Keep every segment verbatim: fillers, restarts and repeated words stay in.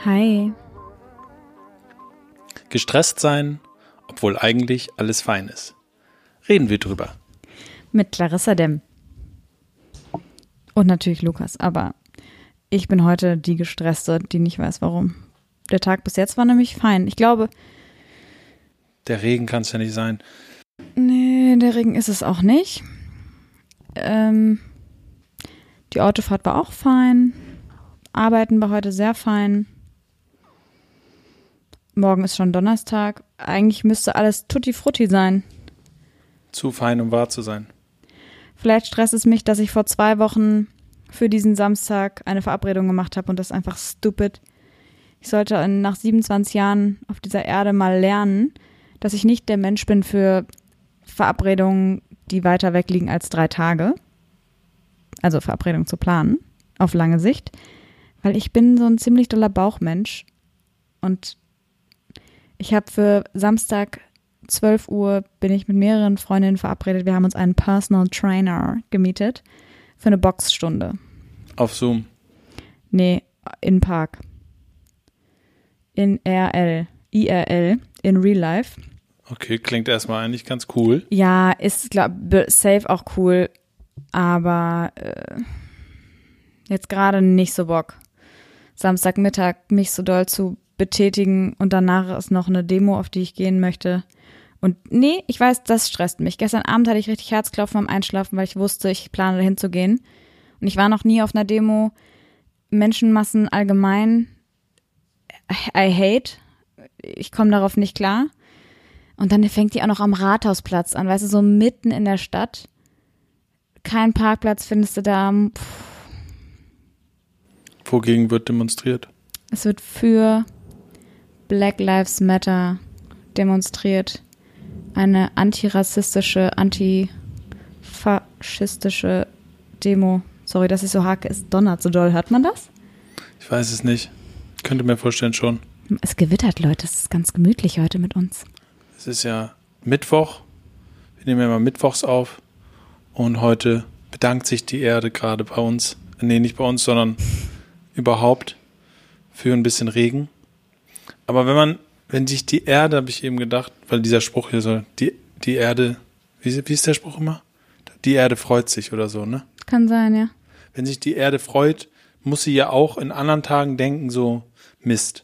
Hi. Gestresst sein, obwohl eigentlich alles fein ist. Reden wir drüber. Mit Clarissa Demm. Und natürlich Lukas, aber ich bin heute die Gestresste, die nicht weiß, warum. Der Tag bis jetzt war nämlich fein. Ich glaube... Der Regen kann es ja nicht sein. Nee, der Regen ist es auch nicht. Ähm, die Autofahrt war auch fein. Arbeiten war heute sehr fein. Morgen ist schon Donnerstag. Eigentlich müsste alles tutti frutti sein. Zu fein, um wahr zu sein. Vielleicht stresst es mich, dass ich vor zwei Wochen für diesen Samstag eine Verabredung gemacht habe und das ist einfach stupid. Ich sollte nach siebenundzwanzig Jahren auf dieser Erde mal lernen, dass ich nicht der Mensch bin für Verabredungen, die weiter weg liegen als drei Tage. Also Verabredungen zu planen, auf lange Sicht. Weil ich bin so ein ziemlich doller Bauchmensch. Und ich habe für Samstag zwölf Uhr bin ich mit mehreren Freundinnen verabredet. Wir haben uns einen Personal Trainer gemietet für eine Boxstunde. Auf Zoom? Nee, in Park. In R L. I R L. In Real Life. Okay, klingt erstmal eigentlich ganz cool. Ja, ist, glaube safe auch cool. Aber äh, jetzt gerade nicht so Bock. Samstagmittag mich so doll zu betätigen und danach ist noch eine Demo, auf die ich gehen möchte. Und nee, ich weiß, das stresst mich. Gestern Abend hatte ich richtig Herzklopfen beim Einschlafen, weil ich wusste, ich plane dahin zu gehen. Und ich war noch nie auf einer Demo. Menschenmassen allgemein. I hate. Ich komme darauf nicht klar. Und dann fängt die auch noch am Rathausplatz an, weißt du, so mitten in der Stadt. Kein Parkplatz findest du da. Puh. Wogegen wird demonstriert? Es wird für Black Lives Matter demonstriert. Eine antirassistische, antifaschistische Demo. Sorry, dass ich so hake, es donnert so doll. Hört man das? Ich weiß es nicht. Ich könnte mir vorstellen schon. Es gewittert, Leute. Es ist ganz gemütlich heute mit uns. Es ist ja Mittwoch. Wir nehmen ja mal mittwochs auf. Und heute bedankt sich die Erde gerade bei uns. Nee, nicht bei uns, sondern überhaupt für ein bisschen Regen. Aber wenn man, wenn sich die Erde, habe ich eben gedacht, weil dieser Spruch hier soll, die, die Erde, wie, wie ist der Spruch immer? Die Erde freut sich oder so, ne? Kann sein, ja. Wenn sich die Erde freut, muss sie ja auch in anderen Tagen denken, so Mist.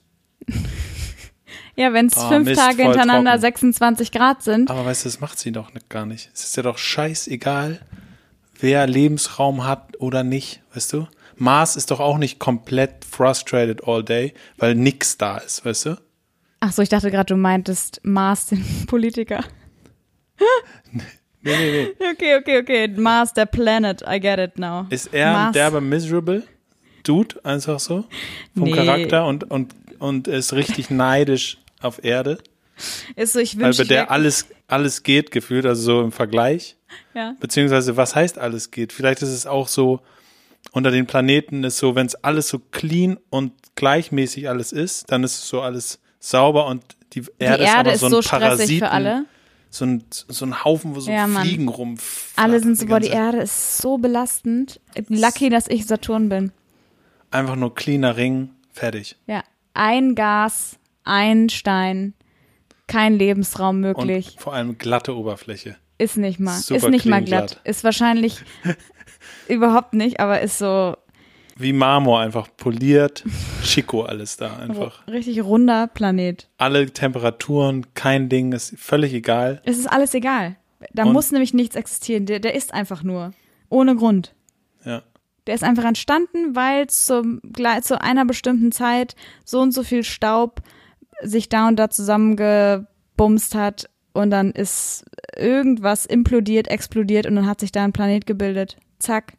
Ja, wenn es oh, fünf Mist, Tage hintereinander trocken. sechsundzwanzig Grad sind. Aber weißt du, das macht sie doch gar nicht. Es ist ja doch scheißegal, wer Lebensraum hat oder nicht, weißt du? Mars ist doch auch nicht komplett frustrated all day, weil nix da ist, weißt du? Ach so, ich dachte gerade, du meintest Mars, den Politiker. nee, nee, nee. Okay, okay, okay. Mars, der Planet, I get it now. Ist er Mars. ein derber Miserable Dude, einfach so? Vom nee. Charakter und, und, und ist richtig neidisch auf Erde? Ist so, ich wünsche. Weil bei der alles, alles geht gefühlt, also so im Vergleich. Ja. Beziehungsweise, was heißt alles geht? Vielleicht ist es auch so, unter den Planeten ist so, wenn es alles so clean und gleichmäßig alles ist, dann ist es so alles sauber und die Erde, die Erde ist aber ist so ein so Parasiten, für alle. So ein, so ein Haufen, wo so ja, Fliegen rumflattern. Alle sind so, boah, die Erde ist so belastend. Lucky, dass ich Saturn bin. Einfach nur cleaner Ring, fertig. Ja, ein Gas, ein Stein, kein Lebensraum möglich. Und vor allem glatte Oberfläche. Ist nicht mal, Super ist nicht mal glatt. glatt. Ist wahrscheinlich überhaupt nicht, aber ist so. Wie Marmor, einfach poliert, Chico alles da einfach. Richtig runder Planet. Alle Temperaturen, kein Ding, ist völlig egal. Es ist alles egal. Da Und muss nämlich nichts existieren. Der, der ist einfach nur. Ohne Grund. Ja. Der ist einfach entstanden, weil zum, zu einer bestimmten Zeit so und so viel Staub sich da und da zusammengebumst hat und dann ist irgendwas implodiert, explodiert und dann hat sich da ein Planet gebildet. Zack.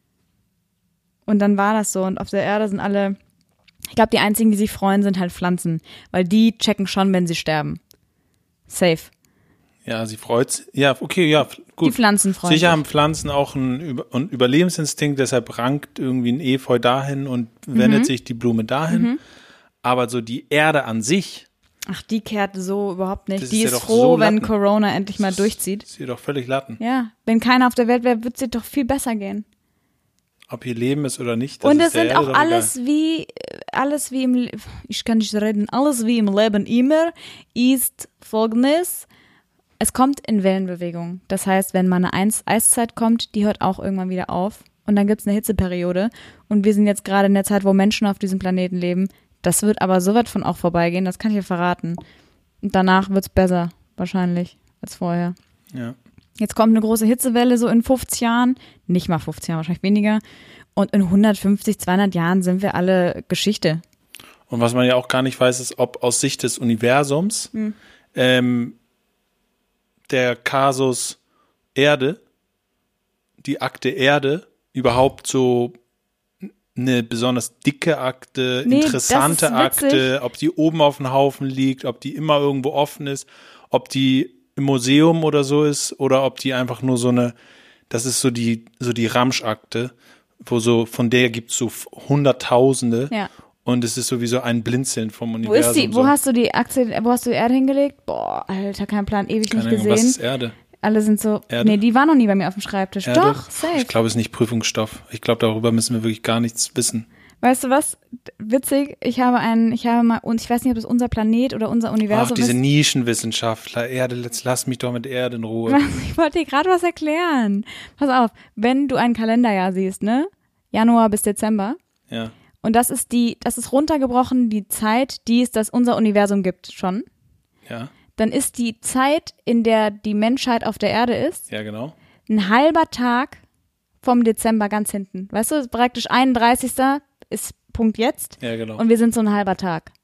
Und dann war das so und auf der Erde sind alle, ich glaube, die einzigen, die sich freuen, sind halt Pflanzen, weil die checken schon, wenn sie sterben. Safe. Ja, sie freut ja, okay, ja, gut. Die Pflanzen freuen Sicher sich. haben Pflanzen auch einen Über- einen Überlebensinstinkt, deshalb rankt irgendwie ein Efeu dahin und wendet Mhm. sich die Blume dahin. Mhm. Aber so die Erde an sich. Ach, die kehrt so überhaupt nicht. Das Die ist ist, ja doch froh, so wenn Latten. Corona endlich mal durchzieht. Ist hier doch völlig Latten. Ja, wenn keiner auf der Welt wäre, würde es dir doch viel besser gehen. Ob hier Leben ist oder nicht, das Und ist es der sind Erde auch doch alles egal. wie alles wie im, Le- ich kann nicht reden, alles wie im Leben immer ist Folgendes. Es kommt in Wellenbewegung. Das heißt, wenn mal eine Eis- Eiszeit kommt, die hört auch irgendwann wieder auf. Und dann gibt's eine Hitzeperiode. Und wir sind jetzt gerade in der Zeit, wo Menschen auf diesem Planeten leben. Das wird aber so weit von auch vorbeigehen, das kann ich dir verraten. Und danach wird's besser, wahrscheinlich, als vorher. Ja. Jetzt kommt eine große Hitzewelle so in fünfzig Jahren. Nicht mal fünfzig Jahren, wahrscheinlich weniger. Und in hundertfünfzig, zweihundert Jahren sind wir alle Geschichte. Und was man ja auch gar nicht weiß, ist, ob aus Sicht des Universums Hm. ähm, der Kasus Erde, die Akte Erde, überhaupt so eine besonders dicke Akte, Nee, interessante das ist witzig. Akte, ob die oben auf dem Haufen liegt, ob die immer irgendwo offen ist, ob die im Museum oder so ist oder ob die einfach nur so eine, das ist so die, so die Ramsch-Akte, wo so, von der gibt's so Hunderttausende Ja. und es ist sowieso ein Blinzeln vom Wo Universum. ist die, so. wo hast du die Aktie, wo hast du die Erde hingelegt? Boah, Alter, kein Plan, ewig Keine nicht Ahnung, was gesehen. ist Erde? Alle sind so, Erde? nee, die war noch nie bei mir auf dem Schreibtisch. Erde? Doch, safe. Ich glaube, es ist nicht Prüfungsstoff. Ich glaube, darüber müssen wir wirklich gar nichts wissen. Weißt du was? Witzig, ich habe einen, ich habe mal, und ich weiß nicht, ob es unser Planet oder unser Ach, Universum diese ist. Nischenwissenschaftler. Erde, jetzt lass mich doch mit Erde in Ruhe. Ich wollte dir gerade was erklären. Pass auf, wenn du ein Kalenderjahr siehst, ne? Januar bis Dezember. Ja. Und das ist die, das ist runtergebrochen, die Zeit, die es, das unser Universum gibt schon. Ja. Dann ist die Zeit, in der die Menschheit auf der Erde ist, Ja, genau. ein halber Tag vom Dezember ganz hinten. Weißt du, praktisch einunddreißigster ist Punkt jetzt Ja, genau. und wir sind so ein halber Tag.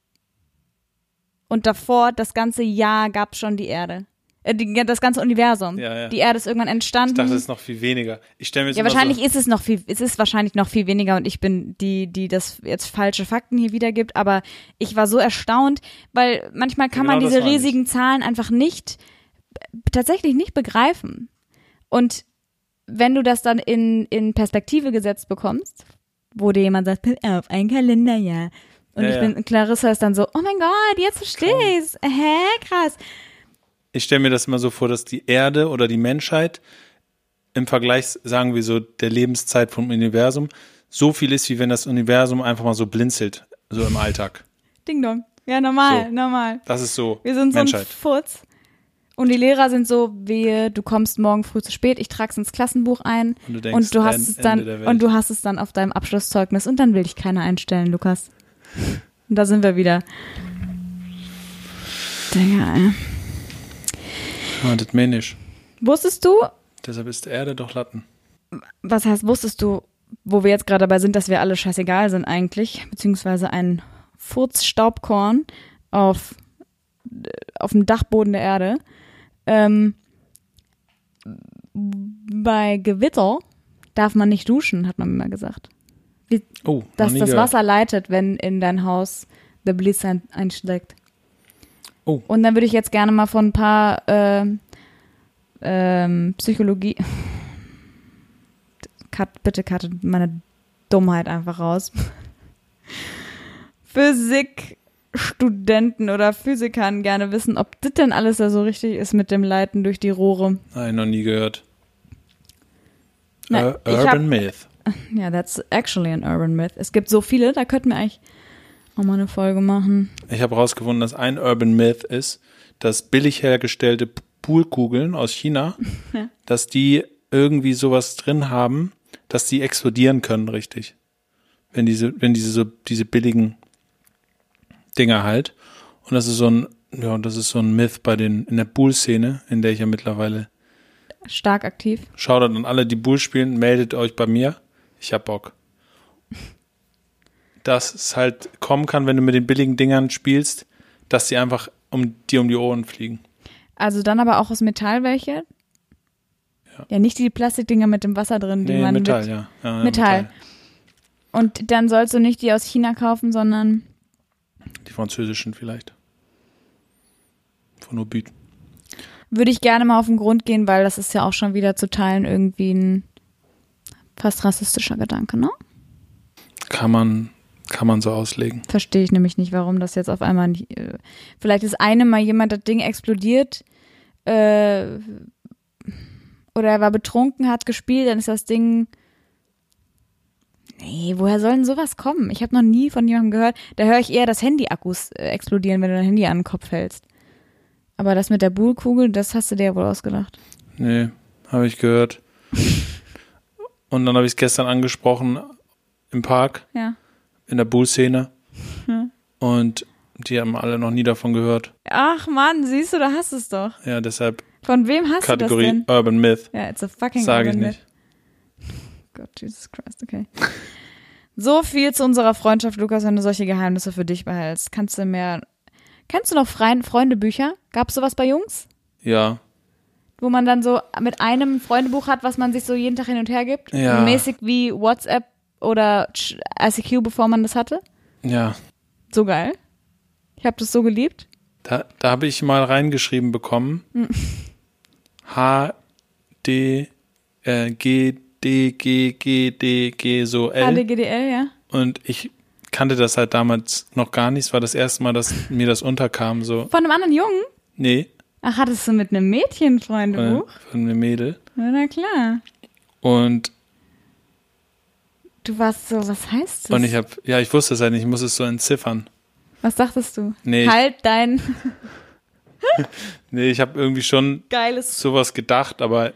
Und davor, das ganze Jahr gab es schon die Erde. Äh, die, das ganze Universum. Ja, ja. Die Erde ist irgendwann entstanden. Ich dachte, es ist noch viel weniger. Ich stelle mir jetzt Ja, immer wahrscheinlich so, ist es noch viel, es ist wahrscheinlich noch viel weniger und ich bin die, die das jetzt falsche Fakten hier wiedergibt, aber ich war so erstaunt, weil manchmal kann Ja, genau man das diese meine ich. riesigen Zahlen einfach nicht, tatsächlich nicht begreifen. Und wenn du das dann in, in Perspektive gesetzt bekommst, wo dir jemand sagt, "Pass auf, ein Kalenderjahr." Und Ja, ich ja. bin, Clarissa ist dann so, oh mein Gott, jetzt verstehe ich's. Hä, krass. ich stelle mir das immer so vor, dass die Erde oder die Menschheit im Vergleich, sagen wir so, der Lebenszeit vom Universum so viel ist, wie wenn das Universum einfach mal so blinzelt, so im Alltag. Ding dong. Ja, normal, So. normal. Das ist so Wir sind so ein Menschheit. Furz. Und die Lehrer sind so, wehe, du kommst morgen früh zu spät, ich trag's ins Klassenbuch ein Und du denkst, und du hast End- es dann Ende der Welt. und du hast es dann auf deinem Abschlusszeugnis und dann will dich keiner einstellen, Lukas. Und da sind wir wieder. Digga, ey. Ja, das meine ich. Wusstest du, Deshalb ist die Erde doch Latten. was heißt, wusstest du, wo wir jetzt gerade dabei sind, dass wir alle scheißegal sind eigentlich, beziehungsweise ein Furzstaubkorn auf, auf dem Dachboden der Erde. Ähm, bei Gewitter darf man nicht duschen, hat man mir mal gesagt. Wie, Oh, dass noch nie das gehört. Wasser leitet, wenn in dein Haus der Blitz ein, einschlägt. Oh. Und dann würde ich jetzt gerne mal von ein paar ähm, ähm, Psychologie. Cut, bitte cuttet meine Dummheit einfach raus. Physikstudenten oder Physikern gerne wissen, ob das denn alles da so richtig ist mit dem Leiten durch die Rohre. Nein, noch nie gehört. Nein, Ur- ich Urban hab- Myth. Ja, that's actually an urban myth. Es gibt so viele, da könnten wir eigentlich auch mal eine Folge machen. Ich habe herausgefunden, dass ein Urban Myth ist, dass billig hergestellte P- Poolkugeln aus China, Ja. dass die irgendwie sowas drin haben, dass die explodieren können, richtig. Wenn diese, wenn diese so, diese billigen Dinger halt. Und das ist so ein, ja, das ist so ein Myth bei den, in der Pool-Szene, in der ich ja mittlerweile, Stark aktiv. schaut an alle, die Pool spielen, meldet euch bei mir. Ich hab Bock. Dass es halt kommen kann, wenn du mit den billigen Dingern spielst, dass die einfach um dir um die Ohren fliegen. Also dann aber auch aus Metall welche? Ja. Ja, nicht die Plastikdinger mit dem Wasser drin, die Nee, man Metall, mit, ja. ja. Metall. Und dann sollst du nicht die aus China kaufen, sondern Die französischen vielleicht. Von Obit. würde ich gerne mal auf den Grund gehen, weil das ist ja auch schon wieder zu Teilen irgendwie ein fast rassistischer Gedanke, ne? Kann man, kann man so auslegen. Verstehe ich nämlich nicht, warum das jetzt auf einmal nicht, äh, vielleicht ist eine mal jemand, das Ding explodiert, äh, oder er war betrunken, hat gespielt, dann ist das Ding Nee, woher soll denn sowas kommen? Ich habe noch nie von jemandem gehört. Da höre ich eher, dass Handy-Akkus äh, explodieren, wenn du dein Handy an den Kopf hältst. Aber das mit der Buhlkugel, das hast du dir ja wohl ausgedacht. Nee, habe ich gehört. Und dann habe ich es gestern angesprochen im Park, ja. in der Buhl-Szene. Hm. Und die haben alle noch nie davon gehört. Ach Mann, siehst du, da hast du es doch. Ja, deshalb Von wem hast Kategorie du das denn? Urban Myth. Ja, it's a fucking Sag ich Urban nicht. Myth. Gott, Jesus Christ, okay. So viel zu unserer Freundschaft, Lukas, wenn du solche Geheimnisse für dich behältst. Kannst du mehr... Kennst du noch Freien- Freundebücher? Gab es sowas bei Jungs? Ja. Wo man dann so mit einem Freundebuch hat, was man sich so jeden Tag hin und her gibt? Ja. Mäßig wie WhatsApp oder I C Q, bevor man das hatte? Ja. So geil. Ich habe das so geliebt. Da, da habe ich mal reingeschrieben bekommen. Mhm. H, D, äh, G, D, G, G, D, G, so L. H D G D L, ja. Und ich kannte das halt damals noch gar nicht. Es war das erste Mal, dass mir das unterkam. So. Von einem anderen Jungen? Nee. Ach, hattest du mit einem Mädchen Freundebuch? Von, von einem Mädel. Ja, na klar. Und, Du warst so, was heißt das? und ich habe, ja, ich wusste es halt nicht, ich muss es so entziffern. Was dachtest du? Nee. Halt dein Nee, ich habe irgendwie schon geiles... sowas gedacht, aber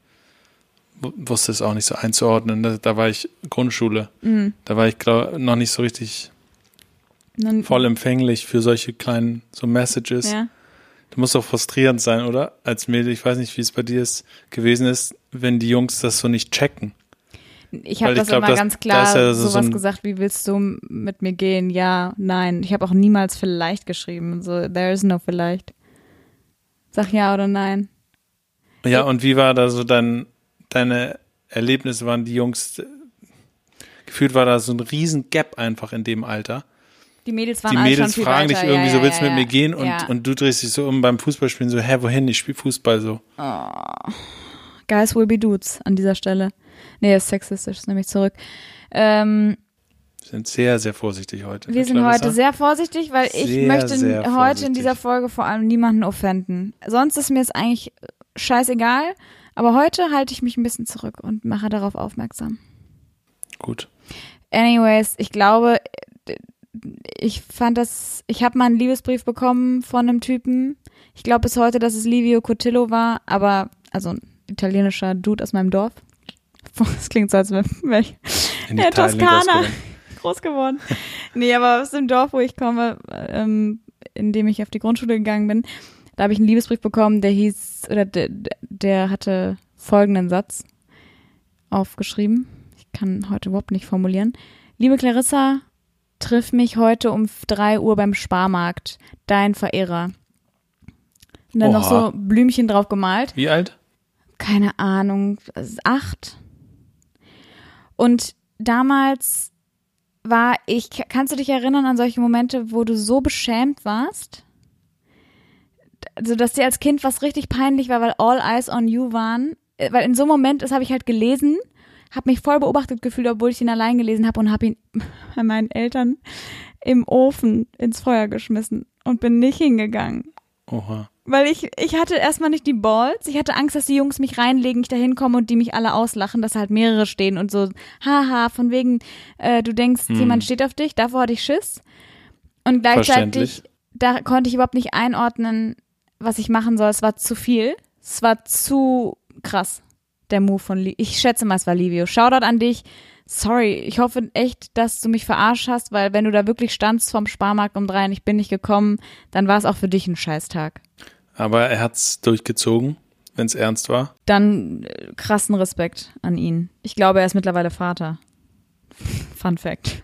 w- wusste es auch nicht so einzuordnen. Da, da war ich Grundschule. Mhm. Da war ich glaub, noch nicht so richtig Nun, voll empfänglich für solche kleinen so Messages. Ja. Das muss doch frustrierend sein, oder? Als Mädel, ich weiß nicht, wie es bei dir ist, gewesen ist, wenn die Jungs das so nicht checken. Ich habe Weil ich das glaub, immer das- ganz da klar ist ja so- sowas so ein- gesagt, wie willst du mit mir gehen? Ja, nein. Ich habe auch niemals vielleicht geschrieben. So, there is no vielleicht. Sag ja oder nein. Ja, und wie war da so dein, deine Erlebnisse? Waren die Jungs, gefühlt war da so ein riesen Gap einfach in dem Alter. Die Mädels waren Die alle Mädels schon viel fragen weiter. dich irgendwie ja, so, ja, willst du ja, mit ja. mir gehen? Und, ja. und du drehst dich so um beim Fußballspielen so, hä, wohin? Ich spiele Fußball so. Oh. Guys will be dudes an dieser Stelle. Nee, ist sexistisch, ist nämlich zurück. Ähm, Wir sind sehr, sehr vorsichtig heute. wir sind Clarissa. heute sehr vorsichtig, weil ich Sehr, möchte sehr heute in vorsichtig. dieser Folge vor allem niemanden offenden. Sonst ist mir es eigentlich scheißegal, aber heute halte ich mich ein bisschen zurück und mache darauf aufmerksam. Gut. Anyways, ich glaube, ich fand das, ich habe mal einen Liebesbrief bekommen von einem Typen. Ich glaube bis heute, dass es Livio Cotillo war, aber, also ein italienischer Dude aus meinem Dorf. Das klingt so, als wäre ich In der Italien Toskana groß geworden. groß geworden. Nee, aber aus dem Dorf, wo ich komme, ähm, in dem ich auf die Grundschule gegangen bin, da habe ich einen Liebesbrief bekommen, der hieß, oder der, der hatte folgenden Satz aufgeschrieben. Ich kann heute überhaupt nicht formulieren. Liebe Clarissa, triff mich heute um drei Uhr beim Sparmarkt. Dein Verehrer. Und dann Oha. noch so Blümchen drauf gemalt. Wie alt? Keine Ahnung, acht. Und damals war ich, kannst du dich erinnern an solche Momente, wo du so beschämt warst? Also, dass dir als Kind was richtig peinlich war, weil all eyes on you waren. Weil in so einem Moment, das habe ich halt gelesen, habe mich voll beobachtet gefühlt, obwohl ich ihn allein gelesen habe und habe ihn bei meinen Eltern im Ofen ins Feuer geschmissen und bin nicht hingegangen. Oha. Weil ich, ich hatte erstmal nicht die Balls. Ich hatte Angst, dass die Jungs mich reinlegen, ich da hinkomme und die mich alle auslachen, dass halt mehrere stehen und so, haha, von wegen, äh, du denkst, Hm. jemand steht auf dich. Davor hatte ich Schiss. Und gleichzeitig, da konnte ich überhaupt nicht einordnen, was ich machen soll. Es war zu viel. Es war zu krass, der Move von Livio. Ich schätze mal, es war Livio. Shoutout an dich. Sorry, ich hoffe echt, dass du mich verarscht hast, weil wenn du da wirklich standst vom Sparmarkt um drei und ich bin nicht gekommen, dann war es auch für dich ein Scheißtag. Aber er hat's durchgezogen, wenn es ernst war. Dann äh, krassen Respekt an ihn. Ich glaube, er ist mittlerweile Vater. Fun Fact.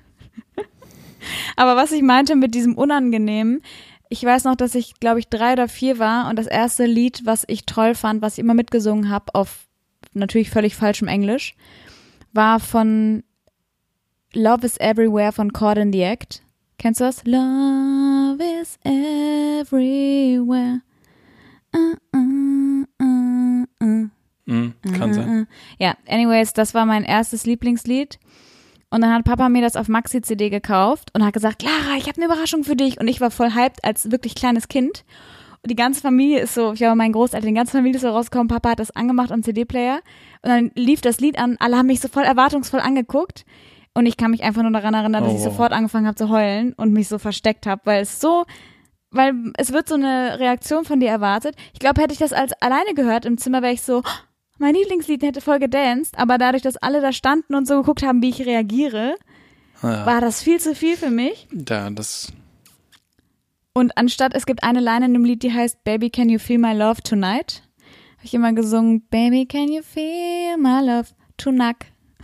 Aber was ich meinte mit diesem Unangenehmen, ich weiß noch, dass ich, glaube ich, drei oder vier war und das erste Lied, was ich toll fand, was ich immer mitgesungen habe, auf natürlich völlig falschem Englisch, war von Love is Everywhere von Caught in the Act. Kennst du das? Love is everywhere. Uh, uh, uh, uh. Mhm, kann uh, sein. Uh. Ja, anyways, das war mein erstes Lieblingslied. Und dann hat Papa mir das auf Maxi-C D gekauft und hat gesagt, Clara, ich habe eine Überraschung für dich. Und ich war voll hyped als wirklich kleines Kind. Und die ganze Familie ist so, ich war mein Großeltern, die ganze Familie ist so rausgekommen, Papa hat das angemacht am C D-Player. Und dann lief das Lied an, alle haben mich so voll erwartungsvoll angeguckt. Und ich kann mich einfach nur daran erinnern, dass Oh, ich wow. sofort angefangen habe zu heulen und mich so versteckt habe, weil es so, weil es wird so eine Reaktion von dir erwartet. Ich glaube, hätte ich das als alleine gehört im Zimmer, wäre ich so, "Oh, mein Lieblingslied hätte voll gedanced, aber dadurch, dass alle da standen und so geguckt haben, wie ich reagiere, Ja, war das viel zu viel für mich. ja das, Und anstatt, es gibt eine Line in dem Lied, die heißt Baby, can you feel my love tonight? Habe ich immer gesungen, Baby, can you feel my love tonight?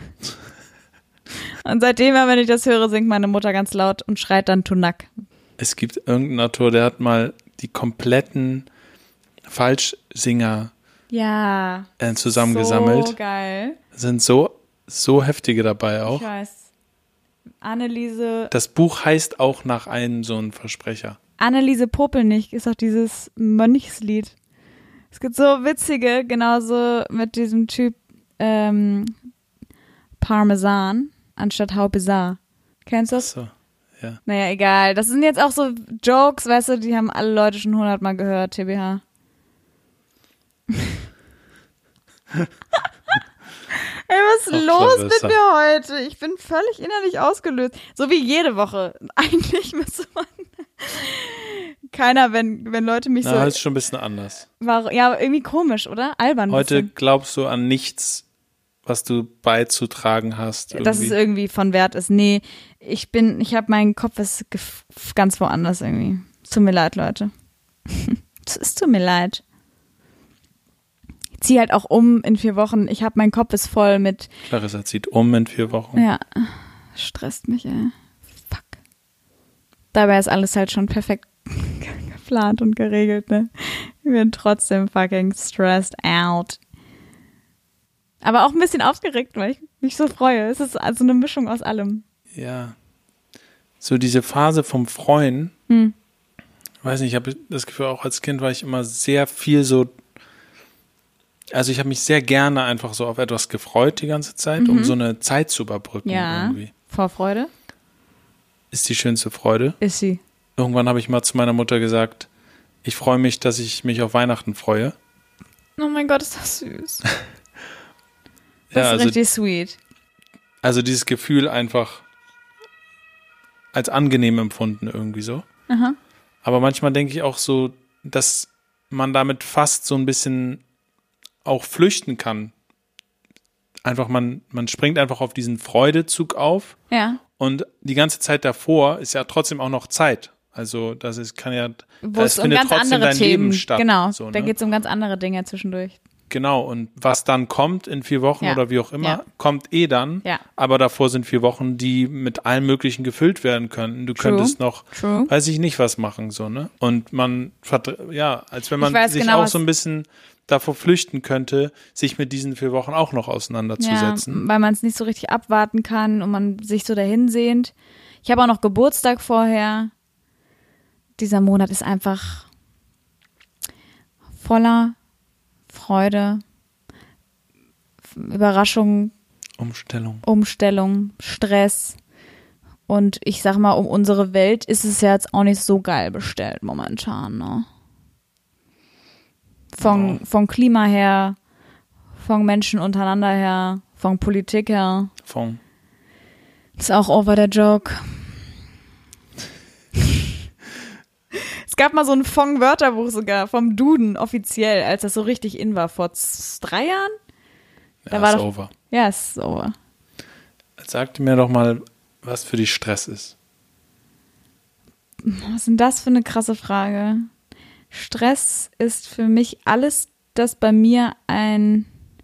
Und seitdem, wenn ich das höre, singt meine Mutter ganz laut und schreit dann Tunak. es gibt irgendeinen Autor, der hat mal die kompletten Falschsinger Ja. äh, zusammengesammelt. So geil. Sind so, so heftige dabei auch. Ich weiß. Anneliese, Das Buch heißt auch nach einem so einem Versprecher. Anneliese Popelnich ist auch dieses Mönchslied. Es gibt so witzige, genauso mit diesem Typ ähm, Parmesan anstatt Haupesar. Kennst du das? So, ja. Naja, egal. Das sind jetzt auch so Jokes, weißt du, die haben alle Leute schon hundertmal gehört, T B H. Ey, was ist Ach, los Clarissa. mit mir heute? Ich bin völlig innerlich ausgelöst. So wie jede Woche. Eigentlich müsste man... Keiner, wenn, wenn Leute mich Na, so... ist schon ein bisschen anders. War, ja, aber irgendwie komisch, oder? Albern. ein Heute bisschen. glaubst du an nichts, was du beizutragen hast. Irgendwie. Dass es irgendwie von Wert ist. Nee, ich bin... Ich habe meinen Kopf ist gef- ganz woanders irgendwie. Es tut mir leid, Leute. Es tut mir leid. Ich ziehe halt auch um in vier Wochen. Ich habe, mein Kopf ist voll mit... Clarissa zieht um in vier Wochen. Ja, stresst mich, ey. Fuck. Dabei ist alles halt schon perfekt geplant und geregelt, ne? Ich bin trotzdem fucking stressed out. Aber auch ein bisschen aufgeregt, weil ich mich so freue. Es ist also eine Mischung aus allem. Ja. So diese Phase vom Freuen, Hm. weiß nicht, ich habe das Gefühl, auch als Kind war ich immer sehr viel so, also ich habe mich sehr gerne einfach so auf etwas gefreut die ganze Zeit, um so eine Zeit zu überbrücken Ja, irgendwie. Vorfreude Ist die schönste Freude. ist sie. Irgendwann habe ich mal zu meiner Mutter gesagt, ich freue mich, dass ich mich auf Weihnachten freue. Oh mein Gott, ist das süß. Das Ja, ist also, richtig sweet. also dieses Gefühl einfach als angenehm empfunden irgendwie so. Aha. Aber manchmal denke ich auch so, dass man damit fast so ein bisschen auch flüchten kann. Einfach, man, man springt einfach auf diesen Freudezug auf Ja. und die ganze Zeit davor ist ja trotzdem auch noch Zeit. Also das ist, kann ja, Wo das es um findet ganz trotzdem andere dein Themen Leben statt. Genau, so, da ne? geht es um ganz andere Dinge zwischendurch. Genau, und was dann kommt in vier Wochen Ja. oder wie auch immer, Ja. kommt eh dann. Ja. Aber davor sind vier Wochen, die mit allem Möglichen gefüllt werden können. Du True. könntest noch, True. weiß ich nicht, was machen, so, ne? Und man, verdr- ja, als wenn man Ich weiß sich genau, auch was- so ein bisschen davor flüchten könnte, sich mit diesen vier Wochen auch noch auseinanderzusetzen. Ja, weil man es nicht so richtig abwarten kann und man sich so dahin sehnt. Ich habe auch noch Geburtstag vorher. Dieser Monat ist einfach voller Freude, Überraschung, Umstellung. Umstellung, Stress. Und ich sag mal, um unsere Welt ist es ja jetzt auch nicht so geil bestellt momentan, ne? Von, Ja. von Klima her, von Menschen untereinander her, von Politik her. Von, Ist auch over der Joke. Es gab mal so ein Fong-Wörterbuch sogar vom Duden offiziell, als das so richtig in war, vor z- drei Jahren? ja, Da war ist doch- over. Ja, ist over. Sag mir doch mal, was für dich Stress ist. Was ist denn das für eine krasse Frage? Stress ist für mich alles, das bei mir ein,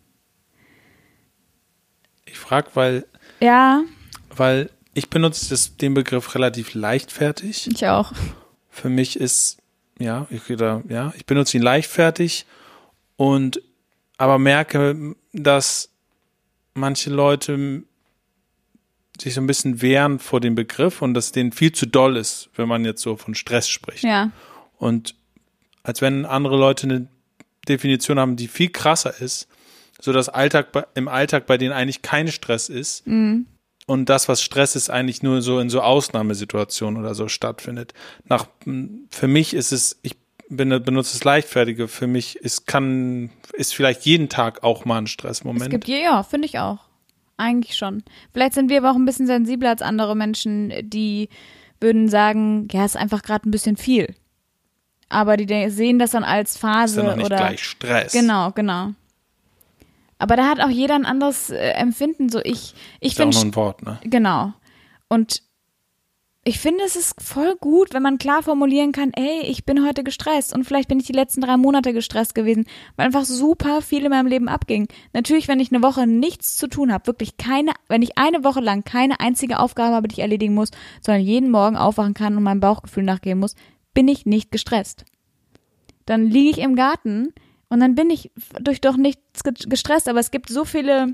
Ich frage, weil, ja, weil ich benutze das, den Begriff relativ leichtfertig. ich auch. Für mich ist, ja, ich, da, ja, ich benutze ihn leichtfertig und aber merke, dass manche Leute sich so ein bisschen wehren vor dem Begriff und dass denen viel zu doll ist, wenn man jetzt so von Stress spricht. Ja, Und als wenn andere Leute eine Definition haben, die viel krasser ist, so dass Alltag bei- im Alltag bei denen eigentlich kein Stress ist mhm. und das, was Stress ist, eigentlich nur so in so Ausnahmesituationen oder so stattfindet. Nach, für mich ist es, ich bin, benutze das Leichtfertige, für mich ist, kann, ist vielleicht jeden Tag auch mal ein Es Stressmoment. gibt, ja, finde ich auch. eigentlich schon. Vielleicht sind wir aber auch ein bisschen sensibler als andere Menschen, die würden sagen, ja, ist einfach gerade ein bisschen viel. Aber die de- sehen das dann als Phase. Ist ja noch nicht oder gleich Stress. Genau, genau. Aber da hat auch jeder ein anderes äh, Empfinden. So ich, ich Ist ja auch finde nur ein Wort, ne? Genau. Und ich finde, es ist voll gut, wenn man klar formulieren kann, ey, ich bin heute gestresst und vielleicht bin ich die letzten drei Monate gestresst gewesen, weil einfach super viel in meinem Leben abging. Natürlich, wenn ich eine Woche nichts zu tun habe, wirklich keine, wenn ich eine Woche lang keine einzige Aufgabe habe, die ich erledigen muss, sondern jeden Morgen aufwachen kann und meinem Bauchgefühl nachgehen muss, bin ich nicht gestresst. Dann liege ich im Garten und dann bin ich durch doch nichts gestresst, aber es gibt so viele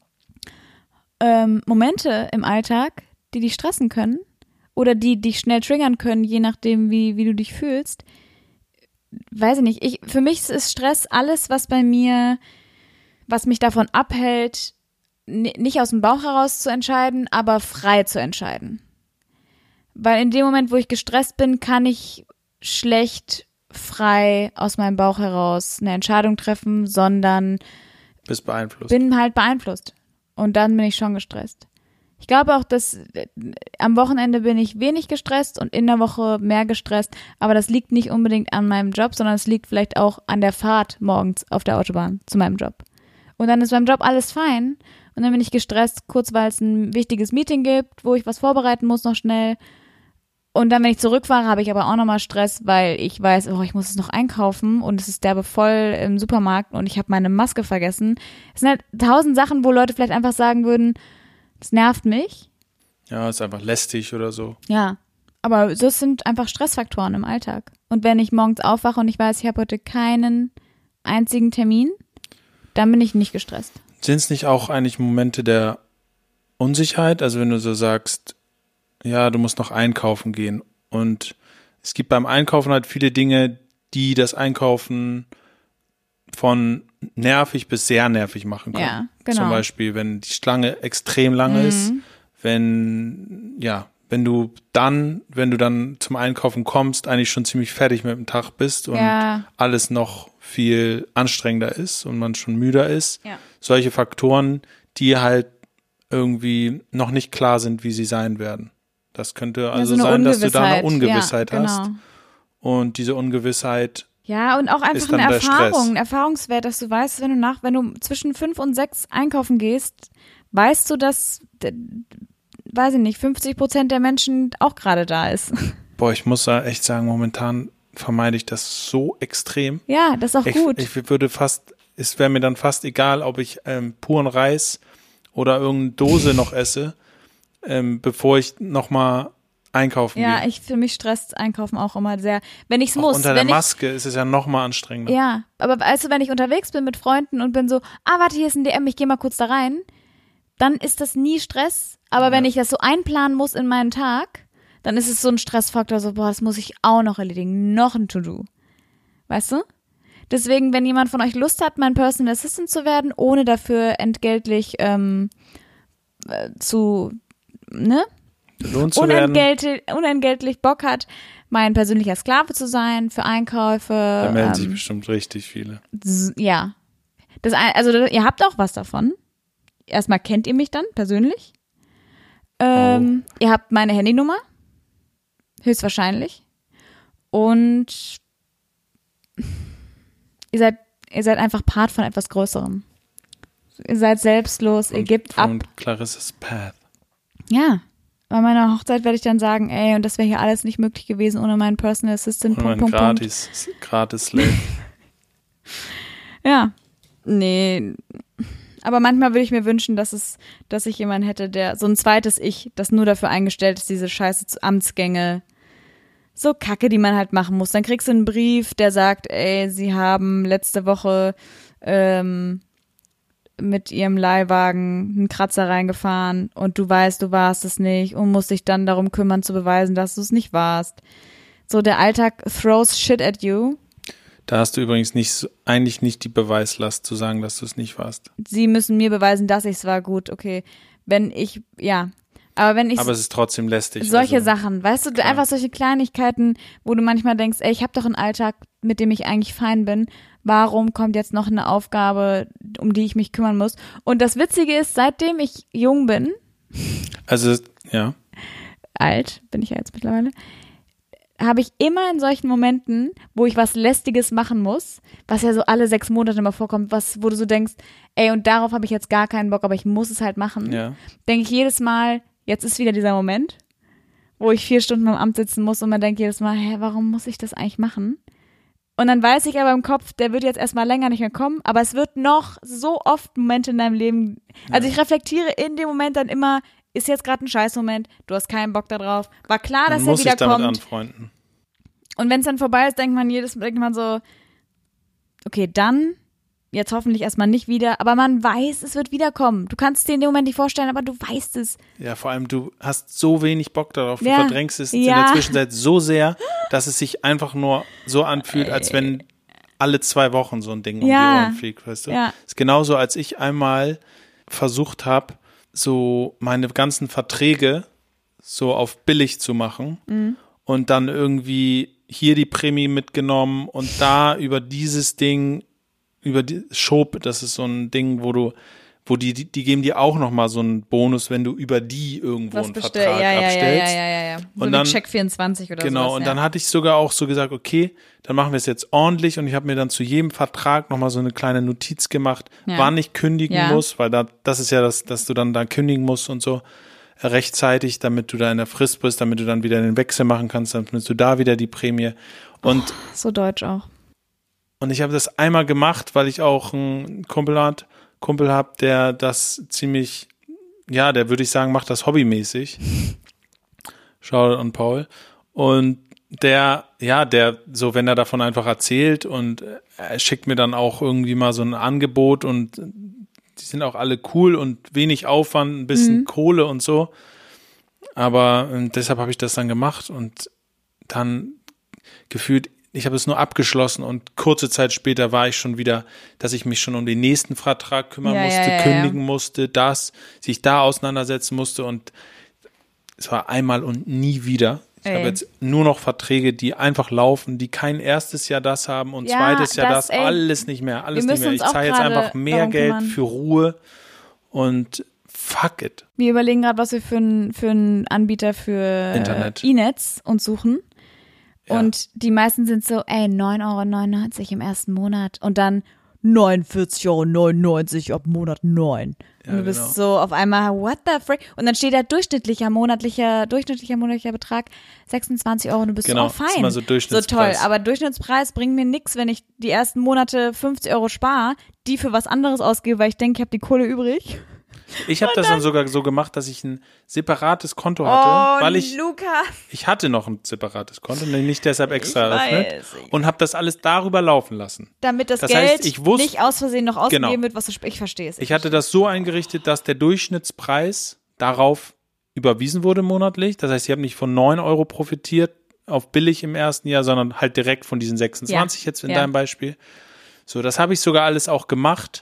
ähm, Momente im Alltag, die dich stressen können. Oder die dich schnell triggern können, je nachdem, wie, wie du dich fühlst. Weiß ich nicht. Ich, für mich ist Stress alles, was bei mir, was mich davon abhält, n- nicht aus dem Bauch heraus zu entscheiden, aber frei zu entscheiden. Weil in dem Moment, wo ich gestresst bin, kann ich schlecht frei aus meinem Bauch heraus eine Entscheidung treffen, sondern Bist beeinflusst. bin halt beeinflusst. Und dann bin ich schon gestresst. Ich glaube auch, dass äh, am Wochenende bin ich wenig gestresst und in der Woche mehr gestresst, aber das liegt nicht unbedingt an meinem Job, sondern es liegt vielleicht auch an der Fahrt morgens auf der Autobahn zu meinem Job. Und dann ist beim Job alles fein und dann bin ich gestresst, kurz weil es ein wichtiges Meeting gibt, wo ich was vorbereiten muss noch schnell. Und dann, wenn ich zurückfahre, habe ich aber auch nochmal Stress, weil ich weiß, oh, ich muss es noch einkaufen und es ist derbe voll im Supermarkt und ich habe meine Maske vergessen. Es sind halt tausend Sachen, wo Leute vielleicht einfach sagen würden, das nervt mich. Ja, ist einfach lästig oder so. Ja, aber das sind einfach Stressfaktoren im Alltag. Und wenn ich morgens aufwache und ich weiß, ich habe heute keinen einzigen Termin, dann bin ich nicht gestresst. Sind es nicht auch eigentlich Momente der Unsicherheit? Also wenn du so sagst, ja, du musst noch einkaufen gehen. Und es gibt beim Einkaufen halt viele Dinge, die das Einkaufen von nervig bis sehr nervig machen können. Ja, genau. Zum Beispiel, wenn die Schlange extrem lang Mhm. ist, wenn, ja, wenn du dann, wenn du dann zum Einkaufen kommst, eigentlich schon ziemlich fertig mit dem Tag bist und Ja. alles noch viel anstrengender ist und man schon müder ist. Ja. Solche Faktoren, die halt irgendwie noch nicht klar sind, wie sie sein werden. Das könnte also so eine sein, dass du da eine Ungewissheit. Ungewissheit Ja, hast. genau. Und diese Ungewissheit, Ja, und auch Ist einfach dann eine der Erfahrung, Stress. ein Erfahrungswert, dass du weißt, wenn du nach, wenn du zwischen fünf und sechs einkaufen gehst, weißt du, dass, d- weiß ich nicht, fünfzig Prozent der Menschen auch gerade da ist. boah, ich muss da echt sagen, momentan vermeide ich das so extrem. Ja, das ist auch Ich, gut. ich würde fast, es wäre mir dann fast egal, ob ich ähm, puren Reis oder irgendeine Dose noch esse, ähm, bevor ich nochmal einkaufen Ja, gehe. ich, für mich stresst Einkaufen auch immer sehr. Wenn ich's Auch muss. unter der wenn ich, Maske ist es ja nochmal anstrengender. Ja, aber weißt du, wenn ich unterwegs bin mit Freunden und bin so, ah, warte, hier ist ein D M, ich gehe mal kurz da rein, dann ist das nie Stress. Aber Ja. wenn ich das so einplanen muss in meinen Tag, dann ist es so ein Stressfaktor, so, boah, das muss ich auch noch erledigen, noch ein To-Do. Weißt du? Deswegen, wenn jemand von euch Lust hat, mein Personal Assistant zu werden, ohne dafür entgeltlich ähm, äh, zu, ne? Belohnt zu werden, Unentgeltlich, unentgeltlich Bock hat, mein persönlicher Sklave zu sein für Einkäufe. da melden sich ähm, bestimmt richtig viele. s- ja. Das, ein- also das, ihr habt auch was davon. Erstmal kennt ihr mich dann persönlich. Ähm, Oh. Ihr habt meine Handynummer. Höchstwahrscheinlich. Und ihr seid, ihr seid einfach Part von etwas Größerem. Ihr seid selbstlos, ihr Und gebt ab. von Clarissa's Path. Ja. Bei meiner Hochzeit werde ich dann sagen, ey, und das wäre hier alles nicht möglich gewesen ohne meinen Personal Assistant. Und Punkt, mein Punkt, Punkt. gratis, gratis Slave. Ja. Nee. Aber manchmal würde ich mir wünschen, dass es, dass ich jemanden hätte, der, so ein zweites Ich, das nur dafür eingestellt ist, diese scheiße Amtsgänge, so Kacke, die man halt machen muss. Dann kriegst du einen Brief, der sagt, ey, sie haben letzte Woche ähm, mit ihrem Leihwagen einen Kratzer reingefahren und du weißt, du warst es nicht und musst dich dann darum kümmern zu beweisen, dass du es nicht warst. So, der Alltag throws shit at you. Da hast du übrigens nicht so, eigentlich nicht die Beweislast zu sagen, dass du es nicht warst. Sie müssen mir beweisen, dass ich es war. Gut, okay. Wenn ich, ja. Aber wenn ich Aber es ist trotzdem lästig. solche also, Sachen, weißt du, klar. einfach solche Kleinigkeiten, wo du manchmal denkst, ey, ich habe doch einen Alltag, mit dem ich eigentlich fein bin. Warum kommt jetzt noch eine Aufgabe, um die ich mich kümmern muss? Und das Witzige ist, seitdem ich jung bin, also, ja. alt bin ich ja jetzt mittlerweile, habe ich immer in solchen Momenten, wo ich was Lästiges machen muss, was ja so alle sechs Monate immer vorkommt, was, wo du so denkst, ey, und darauf habe ich jetzt gar keinen Bock, aber ich muss es halt machen, ja. denke ich jedes Mal, jetzt ist wieder dieser Moment, wo ich vier Stunden am Amt sitzen muss und man denkt jedes Mal, hä, warum muss ich das eigentlich machen? Und dann weiß ich aber im Kopf, der wird jetzt erstmal länger nicht mehr kommen, aber es wird noch so oft Momente in deinem Leben, also ich reflektiere in dem Moment dann immer, ist jetzt gerade ein Scheißmoment, du hast keinen Bock da drauf, war klar, dass er wieder kommt. Anfreunden. Und wenn es dann vorbei ist, denkt man jedes denkt man so, okay, dann, jetzt hoffentlich erstmal nicht wieder, aber man weiß, es wird wiederkommen. Du kannst es dir in dem Moment nicht vorstellen, aber du weißt es. Ja, vor allem, du hast so wenig Bock darauf, du ja. verdrängst es ja. in der Zwischenzeit so sehr, dass es sich einfach nur so anfühlt, als wenn alle zwei Wochen so ein Ding um ja. die Ohren fliegt, weißt du? Ja. Ist genauso, als ich einmal versucht habe, so meine ganzen Verträge so auf billig zu machen mhm. und dann irgendwie hier die Prämie mitgenommen und da über dieses Ding, über die Schob, das ist so ein Ding, wo du, wo die, die, die geben dir auch nochmal so einen Bonus, wenn du über die irgendwo Was einen bestell- Vertrag ja, ja, abstellst. Ja, ja, ja, ja. So und wie dann, Check vierundzwanzig oder so. Genau, sowas, und ja. dann hatte ich sogar auch so gesagt, okay, dann machen wir es jetzt ordentlich und ich habe mir dann zu jedem Vertrag nochmal so eine kleine Notiz gemacht, Ja. wann ich kündigen Ja. muss, weil da, das ist ja das, dass du dann da kündigen musst und so äh, rechtzeitig, damit du da in der Frist bist, damit du dann wieder den Wechsel machen kannst, dann findest du da wieder die Prämie. Und, oh, so deutsch auch. und ich habe das einmal gemacht, weil ich auch einen Kumpel hat, Kumpel habe, der das ziemlich, ja, der würde ich sagen, macht das hobbymäßig. Shoutout an Paul. Und der, ja, der, so wenn er davon einfach erzählt und er schickt mir dann auch irgendwie mal so ein Angebot und die sind auch alle cool und wenig Aufwand, ein bisschen Mhm. Kohle und so. Aber äh, deshalb habe ich das dann gemacht und dann gefühlt, ich habe es nur abgeschlossen und kurze Zeit später war ich schon wieder, dass ich mich schon um den nächsten Vertrag kümmern Ja, musste, ja, ja, kündigen ja. musste, das, sich da auseinandersetzen musste und es war einmal und nie wieder. Ich Ey. habe jetzt nur noch Verträge, die einfach laufen, die kein erstes Jahr das haben und Ja, zweites Jahr das, das, ey, alles nicht mehr, alles wir nicht müssen mehr. Ich uns auch zahle jetzt gerade einfach mehr darum Geld kümmern. für Ruhe und fuck it. Wir überlegen gerade, was wir für einen für einen Anbieter für Internet. äh, E-Netz uns suchen. Ja. Und die meisten sind so, ey, neun Euro neunundneunzig im ersten Monat. Und dann neunundvierzig Euro neunundneunzig ab Monat neun. Ja, und du bist genau. so auf einmal, what the frick? Und dann steht da durchschnittlicher monatlicher, durchschnittlicher monatlicher Betrag sechsundzwanzig Euro und du bist Genau, so, oh, ist fein. immer so Durchschnittspreis. toll, aber Durchschnittspreis bringt mir nichts, wenn ich die ersten Monate fünfzig Euro spare, die für was anderes ausgebe, weil ich denke, ich habe die Kohle übrig. Ich habe das dann sogar so gemacht, dass ich ein separates Konto hatte, Oh, weil ich Lukas. ich hatte noch ein separates Konto, nicht deshalb extra Ich eröffnet weiß, ich- und habe das alles darüber laufen lassen. Damit das, Das Geld heißt, ich wusste- nicht aus Versehen noch ausgegeben Genau. wird, was du sp- ich verstehe es. Ich hatte das so eingerichtet, dass der Durchschnittspreis darauf überwiesen wurde monatlich. Das heißt, ich habe nicht von neun Euro profitiert auf billig im ersten Jahr, sondern halt direkt von diesen sechsundzwanzig Ja. jetzt in Ja. deinem Beispiel. So, das habe ich sogar alles auch gemacht.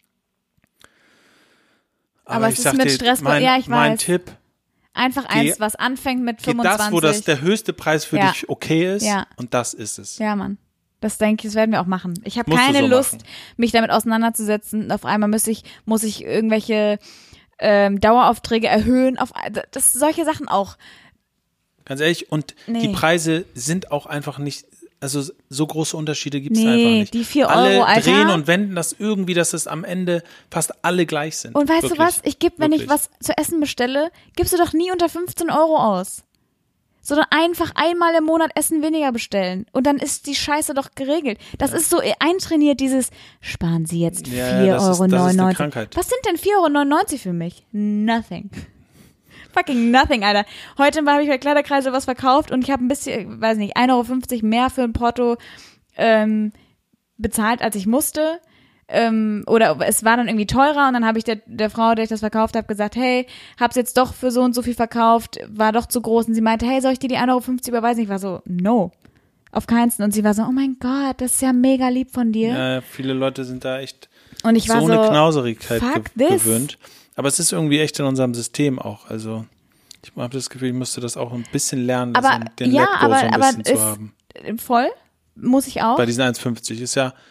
Aber es ich ist sag mit dir, Stress- mein, ja, ich mein weiß. Tipp, Einfach Geh- eins, was anfängt mit geht fünfundzwanzig. das, wo das der höchste Preis für Ja. dich okay ist Ja. und das ist es. Ja, Mann. Das denke ich, das werden wir auch machen. Ich habe Musst du keine so Lust, machen. mich damit auseinanderzusetzen. Auf einmal muss ich, muss ich irgendwelche ähm, Daueraufträge erhöhen. Auf, das solche Sachen auch. Ganz ehrlich, und Nee. die Preise sind auch einfach nicht, also so große Unterschiede gibt es Nee, einfach nicht. die vier alle Euro, Alter. drehen und wenden das irgendwie, dass es am Ende fast alle gleich sind. Und weißt Wirklich. du was? Ich gebe, wenn ich Wirklich. was zu essen bestelle, gibst du doch nie unter fünfzehn Euro aus. Sondern einfach einmal im Monat Essen weniger bestellen. Und dann ist die Scheiße doch geregelt. Das ist so eintrainiert, dieses, sparen Sie jetzt Ja, ja, vier das ist- Euro das ist eine neunundneunzig. Krankheit. Was sind denn vier Euro neunundneunzig für mich? Nothing. Fucking nothing, Alter. Heute habe ich bei Kleiderkreise was verkauft und ich habe ein bisschen, weiß nicht, ein Euro fünfzig mehr für ein Porto ähm, bezahlt, als ich musste. Ähm, oder es war dann irgendwie teurer und dann habe ich der, der Frau, der ich das verkauft habe, gesagt, hey, hab's jetzt doch für so und so viel verkauft, war doch zu groß. Und sie meinte, hey, soll ich dir die ein Euro fünfzig überweisen? Ich war so, no, auf keinsten. Und sie war so, oh mein Gott, das ist ja mega lieb von dir. Ja, viele Leute sind da echt Und ich war so so, eine Knauserigkeit fuck ge this. gewöhnt. Aber es ist irgendwie echt in unserem System auch. Also ich habe das Gefühl, ich müsste das auch ein bisschen lernen, das aber, in- den ja, Letgo aber, so ein aber bisschen zu ist haben. voll, muss ich auch. Bei diesen eins fünfzig ist ja